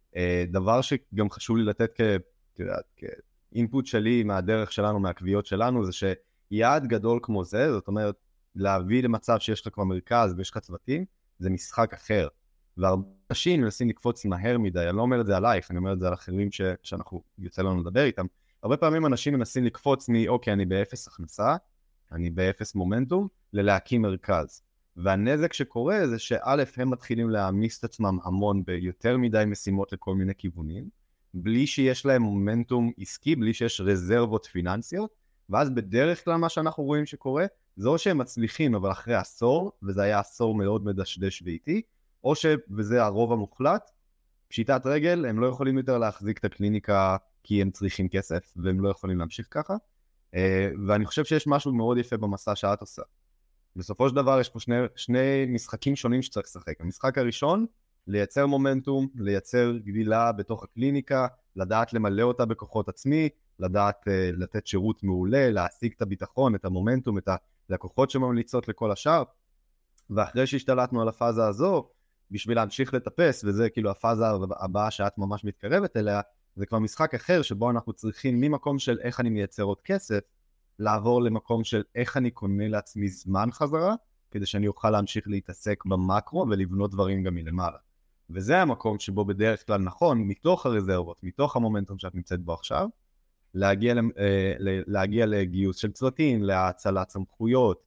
דבר שגם חשוב לי לתת כ, תדעת, כאינפוט שלי מהדרך שלנו, מהקביעות שלנו, זה שיעד גדול כמו זה, זאת אומרת, להביא למצב שיש לך כבר מרכז ויש לך צוותים, זה משחק אחר. והרבה אנשים מנסים לקפוץ מהר מדי, אני לא אומר את זה עלייך, אני אומר את זה על אחרים ש... שאנחנו יוצא לנו לדבר איתם. הרבה פעמים אנשים מנסים לקפוץ מאוקיי, אני באפס הכנסה, אני באפס מומנטום, ללהקים מרכז. והנזק שקורה זה שא' הם מתחילים להעמיס את עצמם המון ביותר מדי משימות לכל מיני כיוונים, בלי שיש להם מומנטום עסקי, בלי שיש רזרבות פיננסיות, ואז בדרך כלל מה שאנחנו רואים שקורה, זה או שהם מצליחים, אבל אחרי עשור, וזה היה עשור מאוד מדשדש ואיטי, או ש... וזה הרוב המוחלט, פשיטת רגל, הם לא יכולים יותר להחזיק את הקליניקה כי הם צריכים כסף, והם לא יכולים להמשיך ככה. ואני חושב שיש משהו מאוד יפה במסע שאת עושה. בסופו של דבר יש פה שני, שני משחקים שונים שצריך לשחק. המשחק הראשון, לייצר מומנטום, לייצר גדילה בתוך הקליניקה, לדעת למלא אותה בכוחות עצמי, לדעת uh, לתת שירות מעולה, להשיג את הביטחון, את המומנטום, את הלקוחות שממליצות לכל השאר. ואחרי שהשתלטנו על הפאזה הזו, בשביל להמשיך לטפס, וזה כאילו הפאזה הבאה שאת ממש מתקרבת אליה, זה כבר משחק אחר שבו אנחנו צריכים ממקום של איך אני מייצר עוד כסף, לעבור למקום של איך אני קונה לעצמי זמן חזרה, כדי שאני אוכל להמשיך להתעסק במקרו ולבנות דברים גם מלמעלה. וזה המקום שבו בדרך כלל נכון, מתוך הרזרבות, מתוך המומנטום שאת נמצאת בו עכשיו, להגיע, להגיע לגיוס של צוותים, להצלת סמכויות,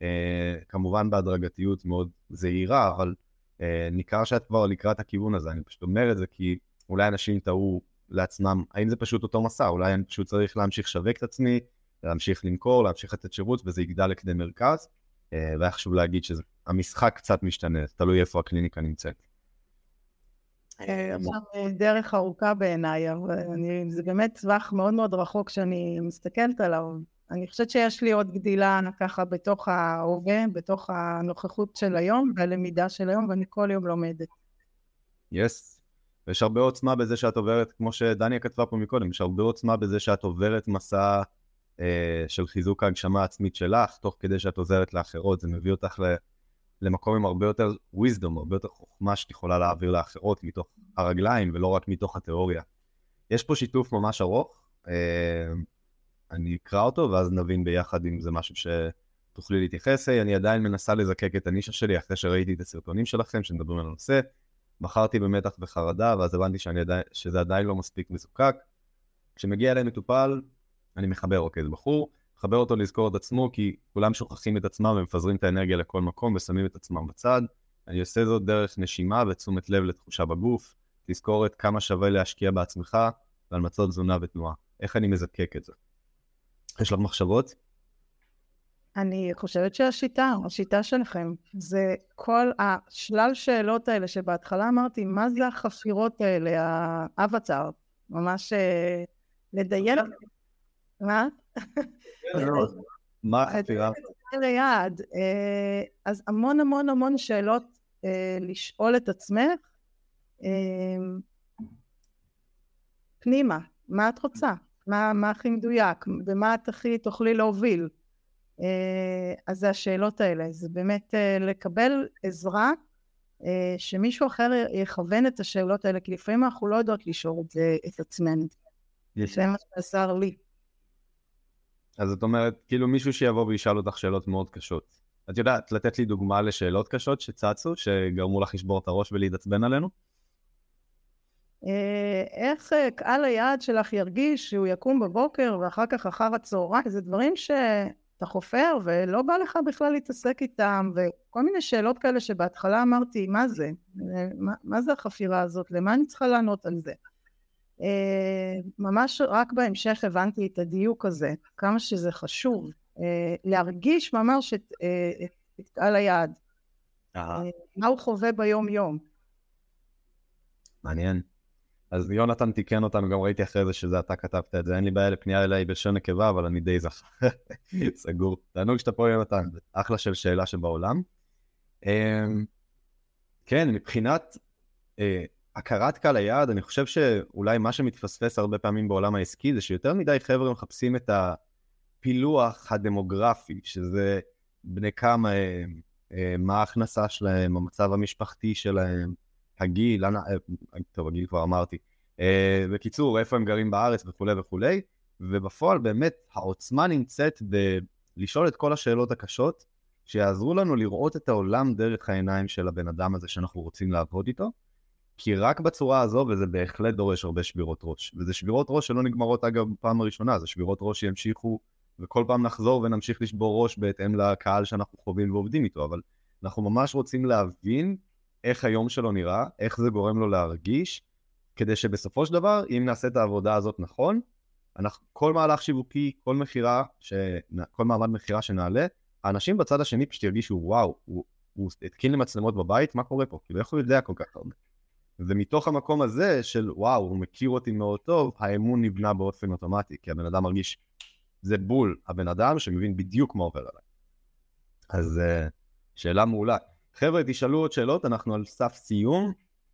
כמובן בהדרגתיות מאוד זהירה, אבל ניכר שאת כבר לקראת הכיוון הזה. אני פשוט אומר את זה כי אולי אנשים טעו לעצמם, האם זה פשוט אותו מסע, אולי אני פשוט צריך להמשיך שווק את עצמי, להמשיך למכור, להמשיך לתת שירות, וזה יגדל לכדי מרכז, והיה חשוב להגיד שהמשחק קצת משתנה, תלוי איפה הקליניקה נמצאת. עכשיו דרך ארוכה בעיניי, אבל זה באמת צווח מאוד מאוד רחוק שאני מסתכלת עליו. אני חושבת שיש לי עוד גדילה ככה בתוך ההווה, בתוך הנוכחות של היום, והלמידה של היום, ואני כל יום לומדת. יס, ויש הרבה עוצמה בזה שאת עוברת, כמו שדניה כתבה פה מקודם, יש הרבה עוצמה בזה שאת עוברת מסע אה, של חיזוק ההגשמה העצמית שלך, תוך כדי שאת עוזרת לאחרות, זה מביא אותך ל... למקום עם הרבה יותר wisdom, הרבה יותר חוכמה שאת יכולה להעביר לאחרות מתוך הרגליים ולא רק מתוך התיאוריה. יש פה שיתוף ממש ארוך, אה, אני אקרא אותו ואז נבין ביחד אם זה משהו שתוכלי להתייחס. אני עדיין מנסה לזקק את הנישה שלי אחרי שראיתי את הסרטונים שלכם שמדברים על הנושא. בחרתי במתח וחרדה ואז הבנתי שאני עדיין, שזה עדיין לא מספיק מזוקק. כשמגיע אליי מטופל, אני מחבר, אוקיי, זה בחור, מחבר אותו לזכור את עצמו כי כולם שוכחים את עצמם ומפזרים את האנרגיה לכל מקום ושמים את עצמם בצד. אני עושה זאת דרך נשימה ותשומת לב לתחושה בגוף, תזכורת כמה שווה להשקיע בעצמך ועל מצות תזונה ותנועה. איך אני מזקק את זה? יש לך מחשבות? אני חושבת שהשיטה, השיטה שלכם, זה כל השלל שאלות האלה שבהתחלה אמרתי, מה זה החפירות האלה, האבטר, ממש לדיין, מה? מה החפירה? ליד, אז המון המון המון שאלות לשאול את עצמך, פנימה, מה את רוצה? מה, מה הכי מדויק, במה את הכי תוכלי להוביל. אז זה השאלות האלה, זה באמת לקבל עזרה, שמישהו אחר יכוון את השאלות האלה, כי לפעמים אנחנו לא יודעות לשאול את זה, את עצמנו. זה מה שעזר לי. אז את אומרת, כאילו מישהו שיבוא וישאל אותך שאלות מאוד קשות. את יודעת לתת לי דוגמה לשאלות קשות שצצו, שגרמו לך לשבור את הראש ולהתעצבן עלינו? איך קהל היעד שלך ירגיש שהוא יקום בבוקר ואחר כך אחר הצהריים, זה דברים שאתה חופר ולא בא לך בכלל להתעסק איתם, וכל מיני שאלות כאלה שבהתחלה אמרתי, מה זה? מה, מה זה החפירה הזאת? למה אני צריכה לענות על זה? ממש רק בהמשך הבנתי את הדיוק הזה, כמה שזה חשוב, להרגיש ממש את, את קהל היעד. אה. מה הוא חווה ביום יום. מעניין. אז יונתן תיקן אותנו, גם ראיתי אחרי זה שזה אתה כתבת את זה, אין לי בעיה לפנייה אליי בשון נקבה, אבל אני די זכה. סגור. תענוג שאתה פה יונתן, אחלה של שאלה שבעולם. כן, מבחינת הכרת קהל היעד, אני חושב שאולי מה שמתפספס הרבה פעמים בעולם העסקי, זה שיותר מדי חבר'ה מחפשים את הפילוח הדמוגרפי, שזה בני כמה, מה ההכנסה שלהם, המצב המשפחתי שלהם, הגיל, טוב, הגיל כבר אמרתי, בקיצור, איפה הם גרים בארץ וכו' וכו', ובפועל באמת העוצמה נמצאת בלשאול את כל השאלות הקשות, שיעזרו לנו לראות את העולם דרך העיניים של הבן אדם הזה שאנחנו רוצים לעבוד איתו, כי רק בצורה הזו, וזה בהחלט דורש הרבה שבירות ראש, וזה שבירות ראש שלא נגמרות אגב פעם הראשונה, זה שבירות ראש שימשיכו, וכל פעם נחזור ונמשיך לשבור ראש בהתאם לקהל שאנחנו חווים ועובדים איתו, אבל אנחנו ממש רוצים להבין איך היום שלו נראה, איך זה גורם לו להרגיש, כדי שבסופו של דבר, אם נעשה את העבודה הזאת נכון, אנחנו, כל מהלך שיווקי, כל מחירה, ש... כל מעמד מחירה שנעלה, האנשים בצד השני פשוט ירגישו, וואו, הוא, הוא התקין למצלמות בבית, מה קורה פה? כאילו, איך הוא יודע כל כך הרבה? ומתוך המקום הזה של, וואו, הוא מכיר אותי מאוד טוב, האמון נבנה באופן אוטומטי, כי הבן אדם מרגיש, זה בול הבן אדם שמבין בדיוק מה עובר עליי. אז שאלה מעולה. חבר'ה, תשאלו עוד שאלות, אנחנו על סף סיום,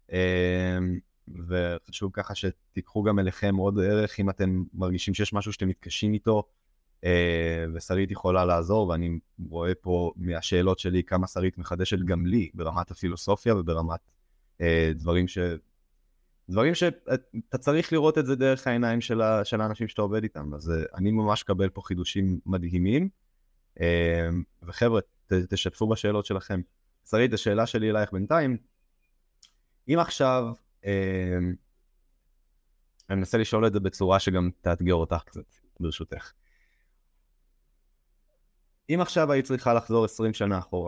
וחשוב ככה שתיקחו גם אליכם עוד ערך, אם אתם מרגישים שיש משהו שאתם מתקשים איתו, ושרית יכולה לעזור, ואני רואה פה מהשאלות שלי כמה שרית מחדשת גם לי, ברמת הפילוסופיה וברמת דברים ש... דברים שאתה צריך לראות את זה דרך העיניים של, ה... של האנשים שאתה עובד איתם, אז אני ממש קבל פה חידושים מדהימים, וחבר'ה, ת... תשתפו בשאלות שלכם. שרית, השאלה שלי אלייך בינתיים, אם עכשיו, אני מנסה לשאול את זה בצורה שגם תאתגר אותך קצת, ברשותך. אם עכשיו היית צריכה לחזור עשרים שנה אחורה,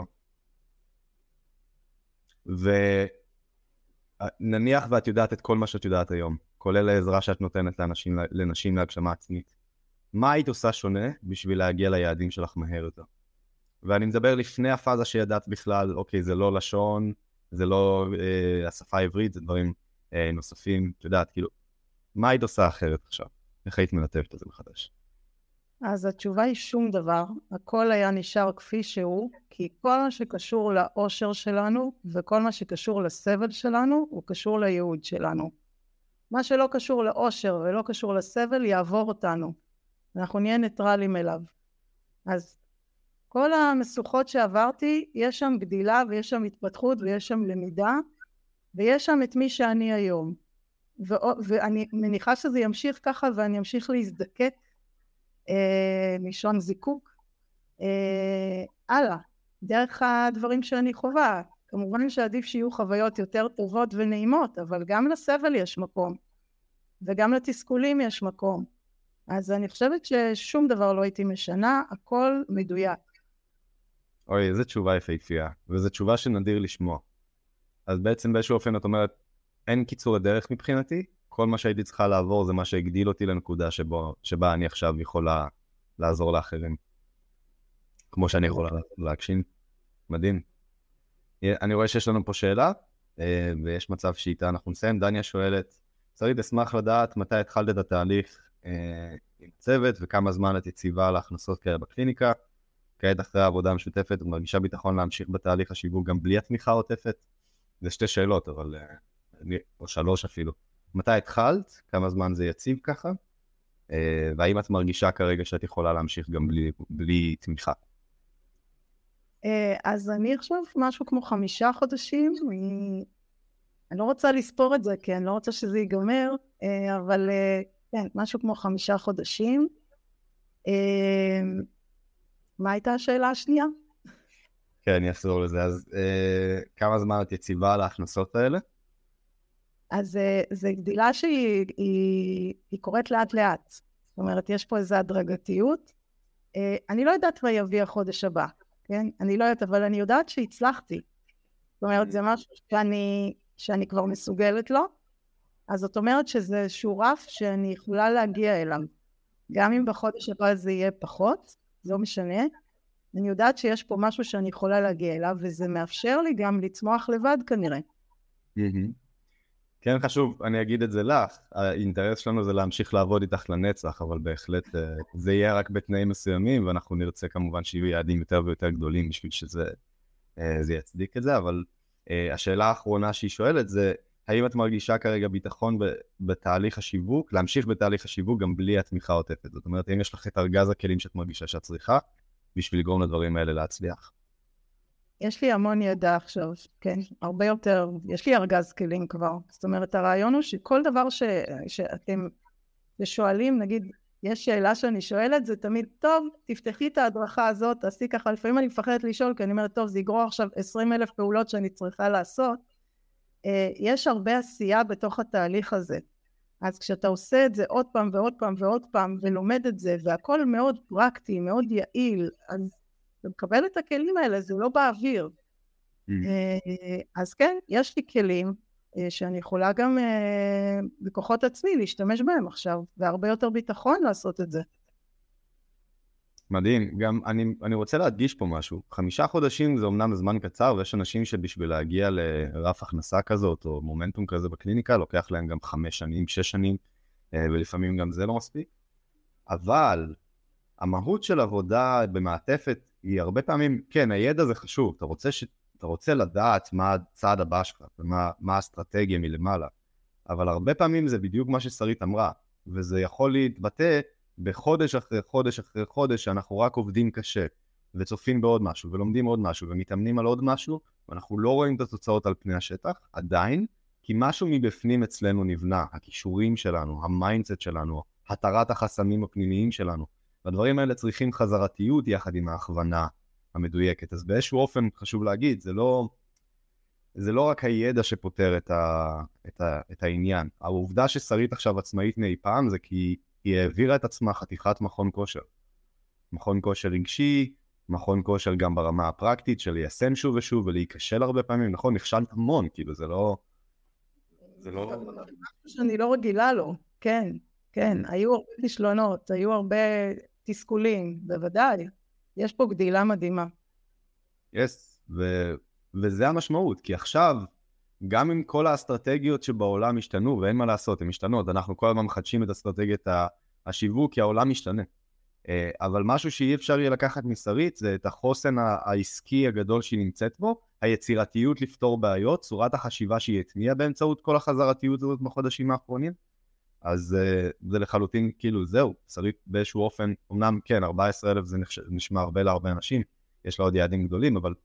ונניח ואת יודעת את כל מה שאת יודעת היום, כולל העזרה שאת נותנת לאנשים, לנשים להגשמה עצמית, מה היית עושה שונה בשביל להגיע ליעדים שלך מהר יותר? ואני מדבר לפני הפאזה שידעת בכלל, אוקיי, זה לא לשון, זה לא אה, השפה העברית, זה דברים אה, נוספים, את יודעת, כאילו, מה היית עושה אחרת עכשיו? איך היית מנתבת את זה מחדש? אז התשובה היא שום דבר, הכל היה נשאר כפי שהוא, כי כל מה שקשור לאושר שלנו, וכל מה שקשור לסבל שלנו, הוא קשור לייעוד שלנו. מה שלא קשור לאושר ולא קשור לסבל, יעבור אותנו. אנחנו נהיה ניטרלים אליו. אז כל המשוכות שעברתי, יש שם גדילה ויש שם התפתחות ויש שם למידה, ויש שם את מי שאני היום. ו- ואני מניחה שזה ימשיך ככה, ואני אמשיך להזדקק, אה, לישון זיקוק, אה, הלאה, דרך הדברים שאני חווה. כמובן שעדיף שיהיו חוויות יותר טובות ונעימות, אבל גם לסבל יש מקום, וגם לתסכולים יש מקום. אז אני חושבת ששום דבר לא הייתי משנה, הכל מדויק. אוי, איזו תשובה יפהפייה, וזו תשובה שנדיר לשמוע. אז בעצם באיזשהו אופן את אומרת, אין קיצור הדרך מבחינתי, כל מה שהייתי צריכה לעבור זה מה שהגדיל אותי לנקודה שבו, שבה אני עכשיו יכולה לעזור לאחרים. כמו שאני יכולה להגשים. מדהים. אני רואה שיש לנו פה שאלה, ויש מצב שאיתה אנחנו נסיים. דניה שואלת, שרית, אשמח לדעת מתי התחלת את התהליך עם צוות, וכמה זמן את יציבה להכנסות כאלה בקליניקה. כעת אחרי העבודה המשותפת, ומרגישה ביטחון להמשיך בתהליך השיווק גם בלי התמיכה העוטפת. זה שתי שאלות, אבל או שלוש אפילו. מתי התחלת? כמה זמן זה יציב ככה? והאם את מרגישה כרגע שאת יכולה להמשיך גם בלי, בלי תמיכה? אז אני חושב משהו כמו חמישה חודשים, אני לא רוצה לספור את זה, כי אני לא רוצה שזה ייגמר, אבל כן, משהו כמו חמישה חודשים. מה הייתה השאלה השנייה? כן, אני אחזור לזה. אז כמה זמן את יציבה על ההכנסות האלה? אז זו גדילה שהיא היא, היא קורית לאט לאט. זאת אומרת, יש פה איזו הדרגתיות. אני לא יודעת מה יביא החודש הבא, כן? אני לא יודעת, אבל אני יודעת שהצלחתי. זאת אומרת, זה משהו שאני, שאני כבר מסוגלת לו. אז זאת אומרת שזה איזשהו רף שאני יכולה להגיע אליו. גם אם בחודש הבא זה יהיה פחות, זה לא משנה. אני יודעת שיש פה משהו שאני יכולה להגיע אליו, וזה מאפשר לי גם לצמוח לבד כנראה. כן, חשוב, אני אגיד את זה לך, האינטרס שלנו זה להמשיך לעבוד איתך לנצח, אבל בהחלט זה יהיה רק בתנאים מסוימים, ואנחנו נרצה כמובן שיהיו יעדים יותר ויותר גדולים בשביל שזה זה יצדיק את זה, אבל השאלה האחרונה שהיא שואלת זה, האם את מרגישה כרגע ביטחון בתהליך השיווק, להמשיך בתהליך השיווק גם בלי התמיכה העוטפת? זאת אומרת, האם יש לך את ארגז הכלים שאת מרגישה שאת צריכה, בשביל לגרום לדברים האלה להצליח? יש לי המון ידע עכשיו, כן, הרבה יותר, יש לי ארגז כלים כבר. זאת אומרת, הרעיון הוא שכל דבר ש, שאתם שואלים, נגיד, יש שאלה שאני שואלת, זה תמיד, טוב, תפתחי את ההדרכה הזאת, תעשי ככה, לפעמים אני מפחדת לשאול, כי אני אומרת, טוב, זה יגרור עכשיו עשרים אלף פעולות שאני צריכה לעשות. יש הרבה עשייה בתוך התהליך הזה. אז כשאתה עושה את זה עוד פעם ועוד פעם ועוד פעם, ולומד את זה, והכל מאוד פרקטי, מאוד יעיל, אז אתה מקבל את הכלים האלה, זה לא באוויר. Mm. אז כן, יש לי כלים שאני יכולה גם בכוחות עצמי להשתמש בהם עכשיו, והרבה יותר ביטחון לעשות את זה. מדהים, גם אני, אני רוצה להדגיש פה משהו. חמישה חודשים זה אומנם זמן קצר, ויש אנשים שבשביל להגיע לרף הכנסה כזאת, או מומנטום כזה בקליניקה, לוקח להם גם חמש שנים, שש שנים, ולפעמים גם זה לא מספיק. אבל המהות של עבודה במעטפת היא הרבה פעמים, כן, הידע זה חשוב, אתה רוצה, ש... אתה רוצה לדעת מה הצעד הבא שלך, ומה מה האסטרטגיה מלמעלה, אבל הרבה פעמים זה בדיוק מה ששרית אמרה, וזה יכול להתבטא בחודש אחרי חודש אחרי חודש, שאנחנו רק עובדים קשה, וצופים בעוד משהו, ולומדים עוד משהו, ומתאמנים על עוד משהו, ואנחנו לא רואים את התוצאות על פני השטח, עדיין, כי משהו מבפנים אצלנו נבנה, הכישורים שלנו, המיינדסט שלנו, התרת החסמים הפנימיים שלנו, והדברים האלה צריכים חזרתיות יחד עם ההכוונה המדויקת. אז באיזשהו אופן חשוב להגיד, זה לא, זה לא רק הידע שפותר את, ה, את, ה, את העניין. העובדה ששרית עכשיו עצמאית מאי פעם זה כי היא העבירה את עצמה חתיכת מכון כושר. מכון כושר רגשי, מכון כושר גם ברמה הפרקטית של ליישם שוב ושוב ולהיכשל הרבה פעמים. נכון, נכשלת המון, כאילו זה לא... זה לא... שאני לא רגילה לו, כן, כן. היו הרבה כישלונות, היו הרבה תסכולים, בוודאי. יש פה גדילה מדהימה. yes, ו... וזה המשמעות, כי עכשיו, גם עם כל האסטרטגיות שבעולם השתנו, ואין מה לעשות, הן משתנות, אנחנו כל הזמן מחדשים את אסטרטגיית השיווק, כי העולם משתנה. אבל משהו שאי אפשר יהיה לקחת משרית, זה את החוסן העסקי הגדול שהיא נמצאת בו, היצירתיות לפתור בעיות, צורת החשיבה שהיא התניעה באמצעות כל החזרתיות הזאת בחודשים האחרונים. אז זה לחלוטין, כאילו, זהו, שרית באיזשהו אופן, אמנם כן, ארבעה עשר אלף זה נשמע הרבה להרבה אנשים, יש לה עוד יעדים גדולים, אבל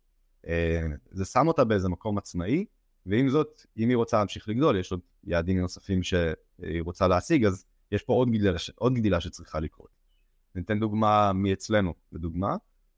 זה שם אותה באיזה מקום עצמאי, ועם זאת, אם היא רוצה להמשיך לגדול, יש עוד יעדים נוספים שהיא רוצה להשיג, אז יש פה עוד גדילה, עוד גדילה שצריכה לקרות. ניתן דוגמה מאצלנו, לדוגמה.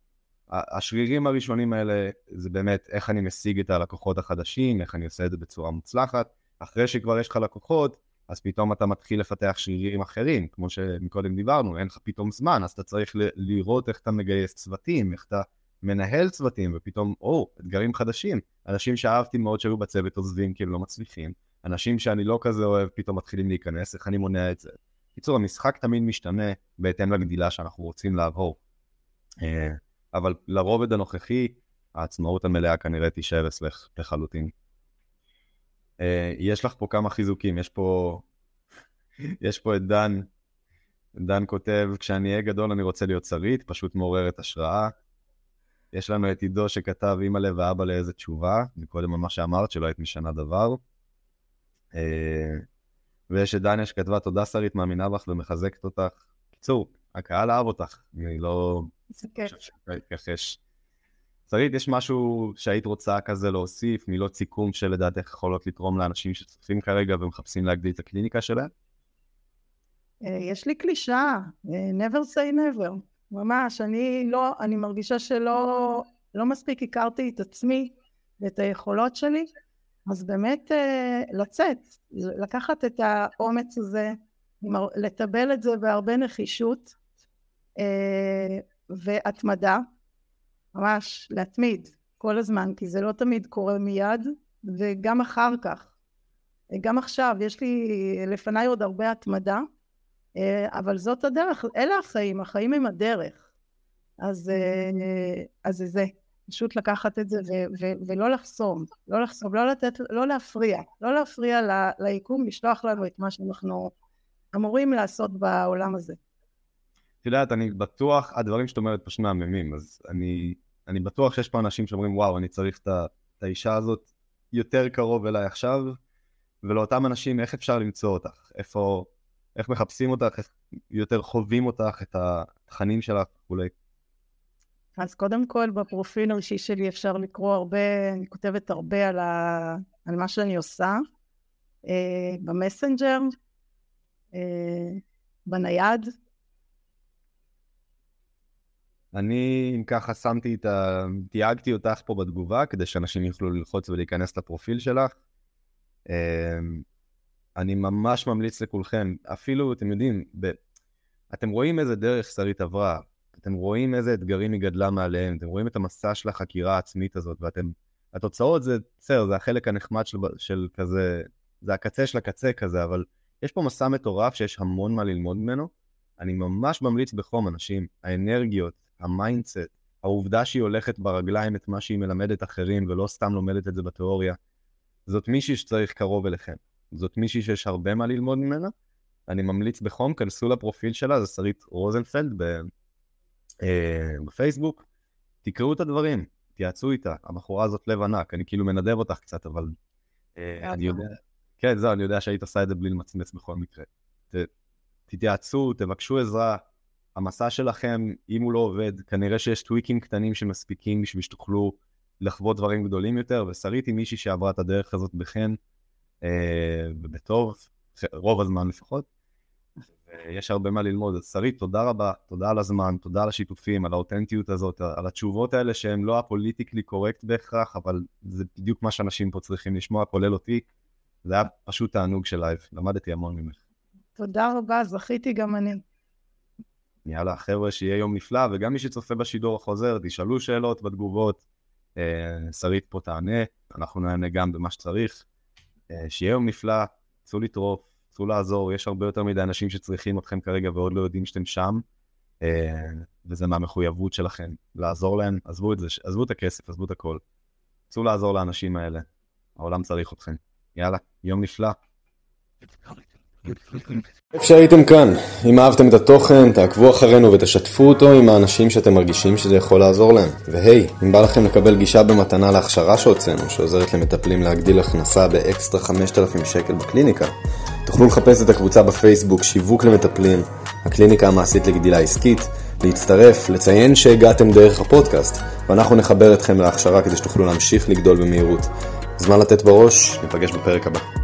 השרירים הראשונים האלה, זה באמת איך אני משיג את הלקוחות החדשים, איך אני עושה את זה בצורה מוצלחת. אחרי שכבר יש לך לקוחות, אז פתאום אתה מתחיל לפתח שרירים אחרים, כמו שמקודם דיברנו, אין לך פתאום זמן, אז אתה צריך ל- לראות איך אתה מגייס צוותים, איך אתה מנהל צוותים, ופתאום, או, אתגרים חדשים. אנשים שאהבתי מאוד שהיו בצוות עוזבים כי הם לא מצליחים, אנשים שאני לא כזה אוהב פתאום מתחילים להיכנס, איך אני מונע את זה. קיצור, המשחק תמיד משתנה בהתאם לגדילה שאנחנו רוצים לעבור. אבל לרובד הנוכחי, העצמאות המלאה כנראה תישאר אצלך לחלוטין. יש לך פה כמה חיזוקים, יש פה, יש פה את דן, דן כותב, כשאני אהיה גדול אני רוצה להיות שרית, פשוט מעוררת השראה. יש לנו את עידו שכתב, אמא לב ואבא לאיזה תשובה, מקודם על מה שאמרת, שלא היית משנה דבר. ויש את דניה שכתבה, תודה שרית, מאמינה בך ומחזקת אותך. קיצור, הקהל אהב אותך, אני לא חושב שתכחש. שרית, יש משהו שהיית רוצה כזה להוסיף, מילות סיכום שלדעתך יכולות לתרום לאנשים שצופים כרגע ומחפשים להגדיל את הקליניקה שלהם? יש לי קלישה, never say never. ממש, אני לא, אני מרגישה שלא, לא מספיק הכרתי את עצמי ואת היכולות שלי, אז באמת לצאת, לקחת את האומץ הזה, לטבל את זה בהרבה נחישות והתמדה, ממש להתמיד כל הזמן, כי זה לא תמיד קורה מיד, וגם אחר כך. גם עכשיו, יש לי לפניי עוד הרבה התמדה, אבל זאת הדרך, אלה החיים, החיים הם הדרך. אז, אז זה זה. פשוט לקחת את זה ו- ו- ולא לחסום, לא לחסום, לא לתת, לא להפריע, לא להפריע ל- ליקום, לשלוח לנו את מה שאנחנו אמורים לעשות בעולם הזה. את יודעת, אני בטוח, הדברים שאת אומרת פשוט מהממים, אז אני, אני בטוח שיש פה אנשים שאומרים, וואו, אני צריך את, את האישה הזאת יותר קרוב אליי עכשיו, ולאותם אנשים, איך אפשר למצוא אותך? איפה, איך מחפשים אותך, איך יותר חווים אותך, את התכנים שלך וכולי? אז קודם כל, בפרופיל האישי שלי אפשר לקרוא הרבה, אני כותבת הרבה על, ה, על מה שאני עושה, אה, במסנג'ר, אה, בנייד. אני, אם ככה, שמתי את ה... תייגתי אותך פה בתגובה, כדי שאנשים יוכלו ללחוץ ולהיכנס לפרופיל שלך. אני ממש ממליץ לכולכם, אפילו, אתם יודעים, ב... אתם רואים איזה דרך שרית עברה, אתם רואים איזה אתגרים היא גדלה מעליהם, אתם רואים את המסע של החקירה העצמית הזאת, ואתם, התוצאות זה, בסדר, זה החלק הנחמד של, של כזה, זה הקצה של הקצה כזה, אבל יש פה מסע מטורף שיש המון מה ללמוד ממנו. אני ממש ממליץ בחום אנשים, האנרגיות, המיינדסט, העובדה שהיא הולכת ברגליים את מה שהיא מלמדת אחרים, ולא סתם לומדת את זה בתיאוריה, זאת מישהי שצריך קרוב אליכם. זאת מישהי שיש הרבה מה ללמוד ממנה. אני ממליץ בחום, כנסו לפרופיל שלה, זה שרית רוזנפלד ב... בפייסבוק, תקראו את הדברים, תייעצו איתה, הבחורה הזאת לב ענק, אני כאילו מנדב אותך קצת, אבל אני יודע, כן, זהו, אני יודע שהיית עושה את זה בלי למצמץ בכל מקרה. תתייעצו, תבקשו עזרה, המסע שלכם, אם הוא לא עובד, כנראה שיש טוויקים קטנים שמספיקים בשביל שתוכלו לחוות דברים גדולים יותר, ושרית היא מישהי שעברה את הדרך הזאת בכן, ובטוב, רוב הזמן לפחות, יש הרבה מה ללמוד. אז שרית, תודה רבה, תודה על הזמן, תודה על השיתופים, על האותנטיות הזאת, על התשובות האלה שהן לא הפוליטיקלי קורקט בהכרח, אבל זה בדיוק מה שאנשים פה צריכים לשמוע, כולל אותי. זה היה פשוט תענוג של לייב, למדתי המון ממך. תודה רבה, זכיתי גם אני. יאללה, חבר'ה, שיהיה יום נפלא, וגם מי שצופה בשידור החוזר, תשאלו שאלות בתגובות, שרית פה תענה, אנחנו נענה גם במה שצריך. שיהיה יום נפלא, צאו לטרוף, צאו לעזור, יש הרבה יותר מדי אנשים שצריכים אתכם כרגע ועוד לא יודעים שאתם שם, וזה מהמחויבות שלכם, לעזור להם, עזבו את זה, עזבו את הכסף, עזבו את הכל, צאו לעזור לאנשים האלה, העולם צריך אתכם. יאללה, יום נפלא. איפה שהייתם כאן, אם אהבתם את התוכן, תעקבו אחרינו ותשתפו אותו עם האנשים שאתם מרגישים שזה יכול לעזור להם. והי, אם בא לכם לקבל גישה במתנה להכשרה שהוצאנו, שעוזרת למטפלים להגדיל הכנסה באקסטרה חמשת אלפים שקל בקליניקה, תוכלו לחפש את הקבוצה בפייסבוק שיווק למטפלים, הקליניקה המעשית לגדילה עסקית, להצטרף, לציין שהגעתם דרך הפודקאסט, ואנחנו נחבר אתכם להכשרה כדי שתוכלו להמשיך לגדול במהירות. זמן לתת בראש, ניפגש בפרק הבא.